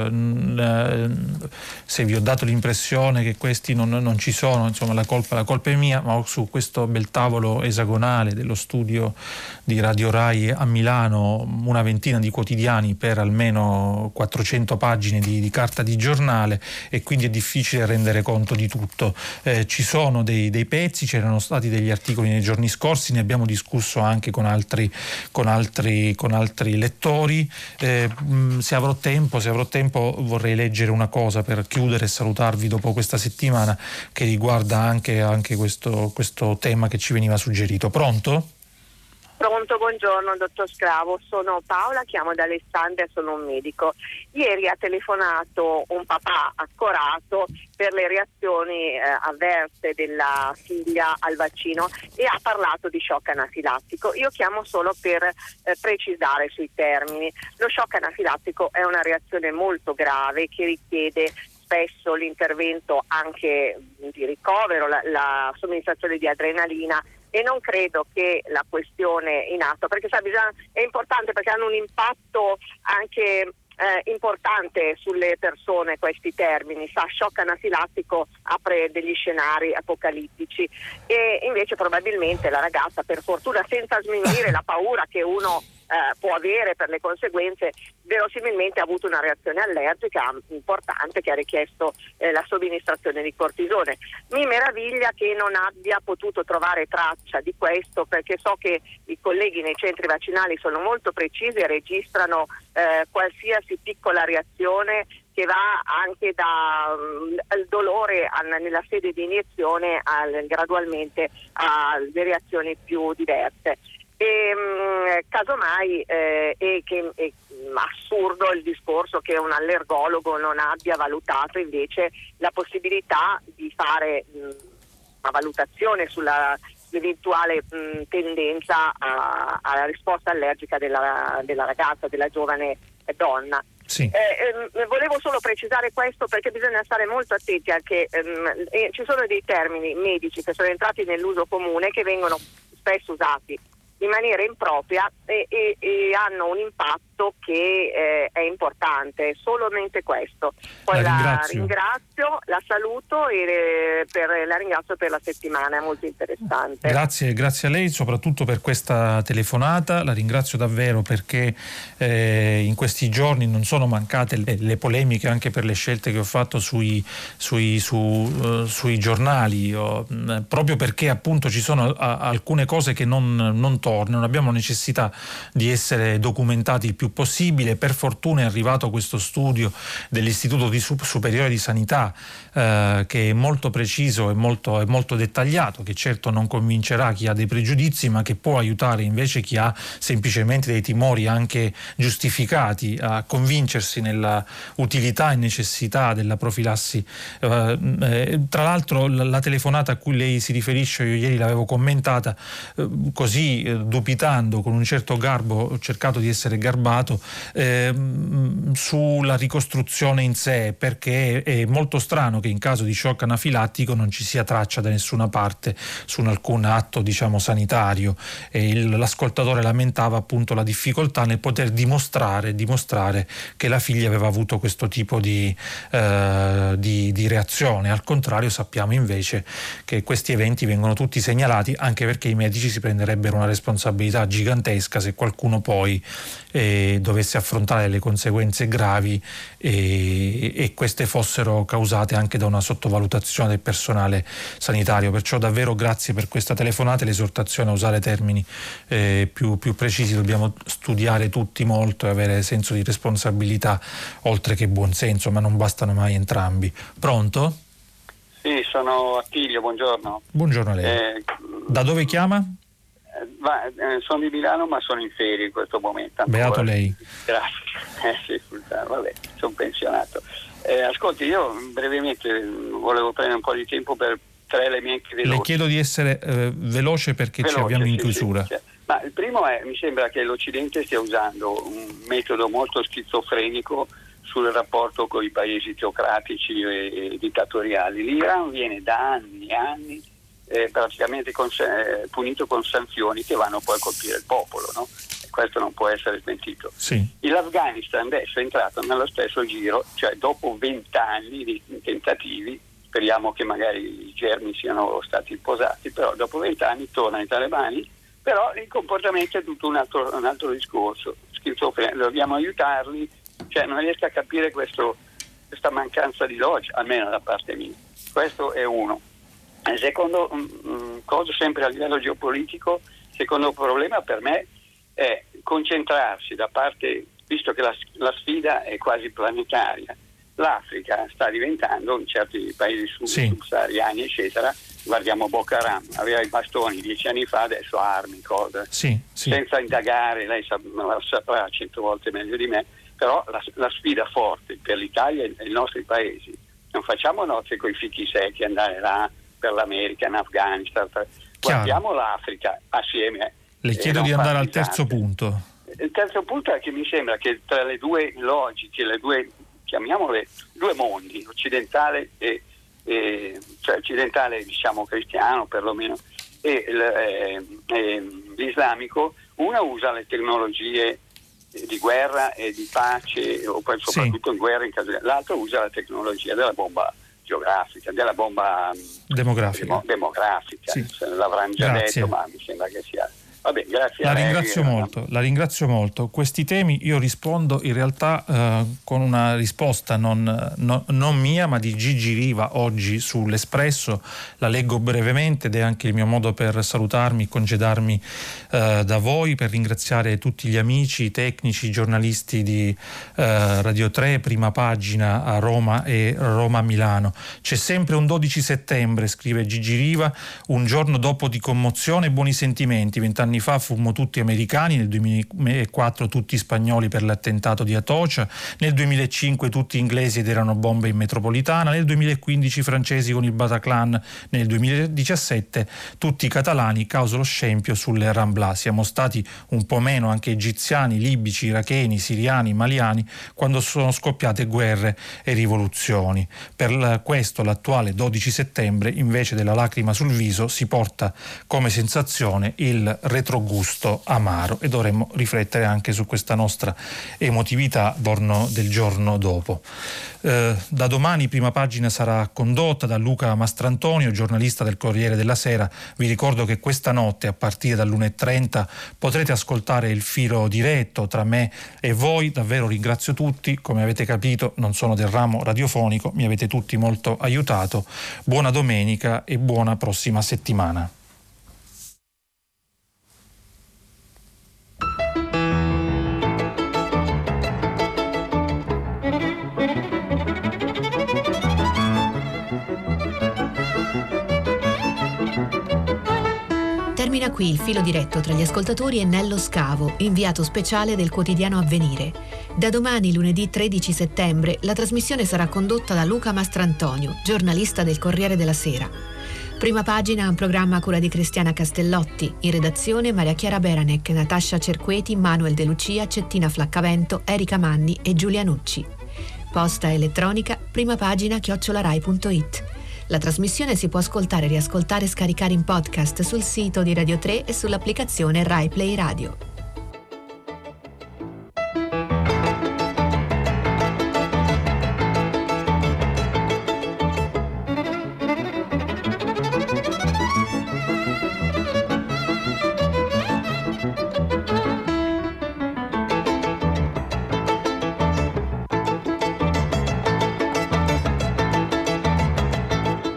Speaker 2: Eh, se vi ho dato l'impressione che questi non, non ci sono, insomma la colpa, la colpa è mia, ma su questo bel tavolo esagonale dello studio di Radio Rai a Milano una ventina di quotidiani per almeno quattrocento pagine di, di carta di giornale, e quindi è difficile rendere conto di tutto. Eh, ci sono dei, dei pezzi, c'erano stati degli articoli nei giorni scorsi, ne abbiamo discusso anche anche con altri, con altri, con altri lettori. Eh, se avrò tempo, se avrò tempo vorrei leggere una cosa per chiudere e salutarvi dopo questa settimana, che riguarda anche, anche questo, questo tema che ci veniva suggerito. Pronto?
Speaker 4: Pronto, buongiorno dottor Sclavo, sono Paola, chiamo da Alessandria, sono un medico. Ieri ha telefonato un papà accorato per le reazioni eh, avverse della figlia al vaccino e ha parlato di shock anafilattico. Io chiamo solo per eh, precisare sui termini. Lo shock anafilattico è una reazione molto grave che richiede spesso l'intervento anche di ricovero, la, la somministrazione di adrenalina, e non credo che la questione in atto, perché sa, bisogna, è importante perché hanno un impatto anche
Speaker 10: eh, importante sulle persone questi termini, sa, shock anafilattico apre degli scenari apocalittici, e invece probabilmente la ragazza, per fortuna, senza sminuire la paura che uno eh, può avere per le conseguenze, verosimilmente ha avuto una reazione allergica importante che ha richiesto eh, la somministrazione di cortisone. Mi meraviglia che non abbia potuto trovare traccia di questo, perché so che i colleghi nei centri vaccinali sono molto precisi e registrano eh, qualsiasi piccola reazione, che va anche dal dolore al, nella sede di iniezione al, gradualmente alle reazioni più diverse. E, mh, casomai eh, è, che, è assurdo il discorso che un allergologo non abbia valutato invece la possibilità di fare mh, una valutazione sulla l'eventuale mh, tendenza a, alla risposta allergica della, della ragazza, della giovane donna.
Speaker 2: Sì.
Speaker 10: Eh, eh, volevo solo precisare questo, perché bisogna stare molto attenti anche, ehm, eh, ci sono dei termini medici che sono entrati nell'uso comune, che vengono spesso usati in maniera impropria e, e, e hanno un impatto che eh, è importante, solamente questo. Poi
Speaker 2: la
Speaker 10: la
Speaker 2: ringrazio,
Speaker 10: la, ringrazio, la saluto e eh, per, la ringrazio per la settimana, è molto interessante.
Speaker 2: Grazie, grazie a lei soprattutto per questa telefonata, la ringrazio davvero, perché eh, in questi giorni non sono mancate le, le polemiche anche per le scelte che ho fatto sui, sui, su, uh, sui giornali, o, mh, proprio perché appunto ci sono a, alcune cose che non, non tornano, abbiamo necessità di essere documentati il più possibile. Per fortuna è arrivato questo studio dell'Istituto di Superiore di Sanità eh, che è molto preciso e molto, è molto dettagliato, che certo non convincerà chi ha dei pregiudizi, ma che può aiutare invece chi ha semplicemente dei timori anche giustificati a convincersi nella utilità e necessità della profilassi. Eh, eh, tra l'altro la, la telefonata a cui lei si riferisce, io ieri l'avevo commentata eh, così eh, dubitando, con un certo garbo, ho cercato di essere garbato eh, sulla ricostruzione in sé, perché è molto strano che in caso di shock anafilattico non ci sia traccia da nessuna parte su alcun atto, diciamo, sanitario, e il, l'ascoltatore lamentava appunto la difficoltà nel poter dimostrare, dimostrare che la figlia aveva avuto questo tipo di, eh, di, di reazione. Al contrario, sappiamo invece che questi eventi vengono tutti segnalati, anche perché i medici si prenderebbero una responsabilità gigantesca se qualcuno poi eh, dovesse affrontare le conseguenze gravi e, e queste fossero causate anche da una sottovalutazione del personale sanitario. Perciò davvero grazie per questa telefonata e l'esortazione a usare termini eh, più, più precisi. Dobbiamo studiare tutti molto e avere senso di responsabilità oltre che buonsenso, ma non bastano mai entrambi. Pronto?
Speaker 11: Sì, sono Attilio, buongiorno.
Speaker 2: Buongiorno a lei.
Speaker 11: Eh,
Speaker 2: da dove chiama?
Speaker 11: Va, eh, sono di Milano, ma sono in ferie in questo momento ancora.
Speaker 2: Beato lei.
Speaker 11: Grazie. Eh sì, vabbè, sono pensionato. Eh, ascolti, io brevemente volevo prendere un po' di tempo per tre elementi veloci.
Speaker 2: Le chiedo di essere eh, veloce perché veloce, ci abbiamo in
Speaker 11: sì,
Speaker 2: chiusura.
Speaker 11: Sì, sì. Ma il primo è, mi sembra che l'Occidente stia usando un metodo molto schizofrenico sul rapporto con i paesi teocratici e, e dittatoriali. L'Iran viene da anni e anni eh, praticamente con, eh, punito con sanzioni che vanno poi a colpire il popolo, no? E questo non può essere smentito.
Speaker 2: Sì.
Speaker 11: L'Afghanistan adesso è entrato nello stesso giro, cioè dopo vent'anni di tentativi, speriamo che magari i germi siano stati posati, però dopo vent'anni tornano i talebani, però il comportamento è tutto un altro, un altro discorso. Dobbiamo aiutarli, cioè non riesco a capire questo, questa mancanza di logica, almeno da parte mia. Questo è uno. Il secondo um, cosa, sempre a livello geopolitico, il secondo problema per me è concentrarsi da parte, visto che la, la sfida è quasi planetaria, l'Africa sta diventando, in certi paesi sub-
Speaker 2: sì.
Speaker 11: subsahariani eccetera, guardiamo Boko Haram, aveva i bastoni dieci anni fa, adesso ha armi, cose,
Speaker 2: sì, sì.
Speaker 11: senza indagare, lei sa, la saprà cento volte meglio di me, però la, la sfida forte per l'Italia e i nostri paesi, non facciamo nozze con i fichi secchi, andare là per l'America, in Afghanistan, per, guardiamo l'Africa assieme.
Speaker 2: Le chiedo di andare al terzo punto.
Speaker 11: Il terzo punto è che mi sembra che tra le due logiche, le due, chiamiamole due mondi, occidentale e, e cioè occidentale diciamo cristiano perlomeno e, e, e l'islamico, uno usa le tecnologie di guerra e di pace, o poi soprattutto sì. in guerra in caso di... L'altro usa la tecnologia della bomba geografica, della bomba
Speaker 2: demografica,
Speaker 11: demo, demografica. Sì. L'avranno già
Speaker 2: Grazie.
Speaker 11: detto, ma mi sembra che sia... Vabbè, grazie
Speaker 2: la
Speaker 11: a lei.
Speaker 2: ringrazio molto, la ringrazio molto. Questi temi io rispondo in realtà eh, con una risposta non, no, non mia, ma di Gigi Riva oggi sull'Espresso. La leggo brevemente ed è anche il mio modo per salutarmi, congedarmi eh, da voi, per ringraziare tutti gli amici, tecnici, giornalisti di eh, Radio tre, Prima Pagina a Roma e Roma a Milano. C'è sempre un dodici settembre, scrive Gigi Riva, un giorno dopo di commozione e buoni sentimenti. Vent'anni fa fummo tutti americani, nel duemilaquattro tutti spagnoli per l'attentato di Atocha, nel duemilacinque tutti inglesi ed erano bombe in metropolitana, nel duemilaquindici francesi con il Bataclan, nel duemiladiciassette tutti catalani causa lo scempio sulle Rambla. Siamo stati un po' meno anche egiziani, libici, iracheni, siriani, maliani quando sono scoppiate guerre e rivoluzioni. Per questo l'attuale dodici settembre invece della lacrima sul viso si porta come sensazione il retrogusto amaro, e dovremmo riflettere anche su questa nostra emotività del giorno dopo. Eh, da domani Prima Pagina sarà condotta da Luca Mastrantonio, giornalista del Corriere della Sera. Vi ricordo che questa notte a partire dall'una e trenta potrete ascoltare il filo diretto tra me e voi. Davvero ringrazio tutti, come avete capito non sono del ramo radiofonico, mi avete tutti molto aiutato. Buona domenica e buona prossima settimana.
Speaker 1: Termina qui il filo diretto tra gli ascoltatori e Nello Scavo, inviato speciale del quotidiano Avvenire. Da domani, lunedì tredici settembre, la trasmissione sarà condotta da Luca Mastrantonio, giornalista del Corriere della Sera. Prima Pagina è un programma a cura di Cristiana Castellotti, in redazione Maria Chiara Beranec, Natascia Cerqueti, Manuel De Lucia, Cettina Flaccavento, Erika Manni e Giulia Nucci. Posta elettronica primapagina chiocciola rai punto it. La trasmissione si può ascoltare, riascoltare e scaricare in podcast sul sito di Radio tre e sull'applicazione Rai Play Radio.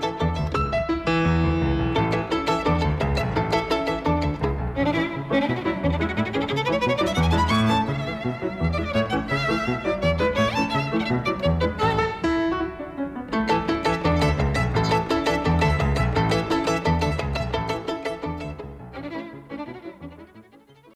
Speaker 1: Thank you.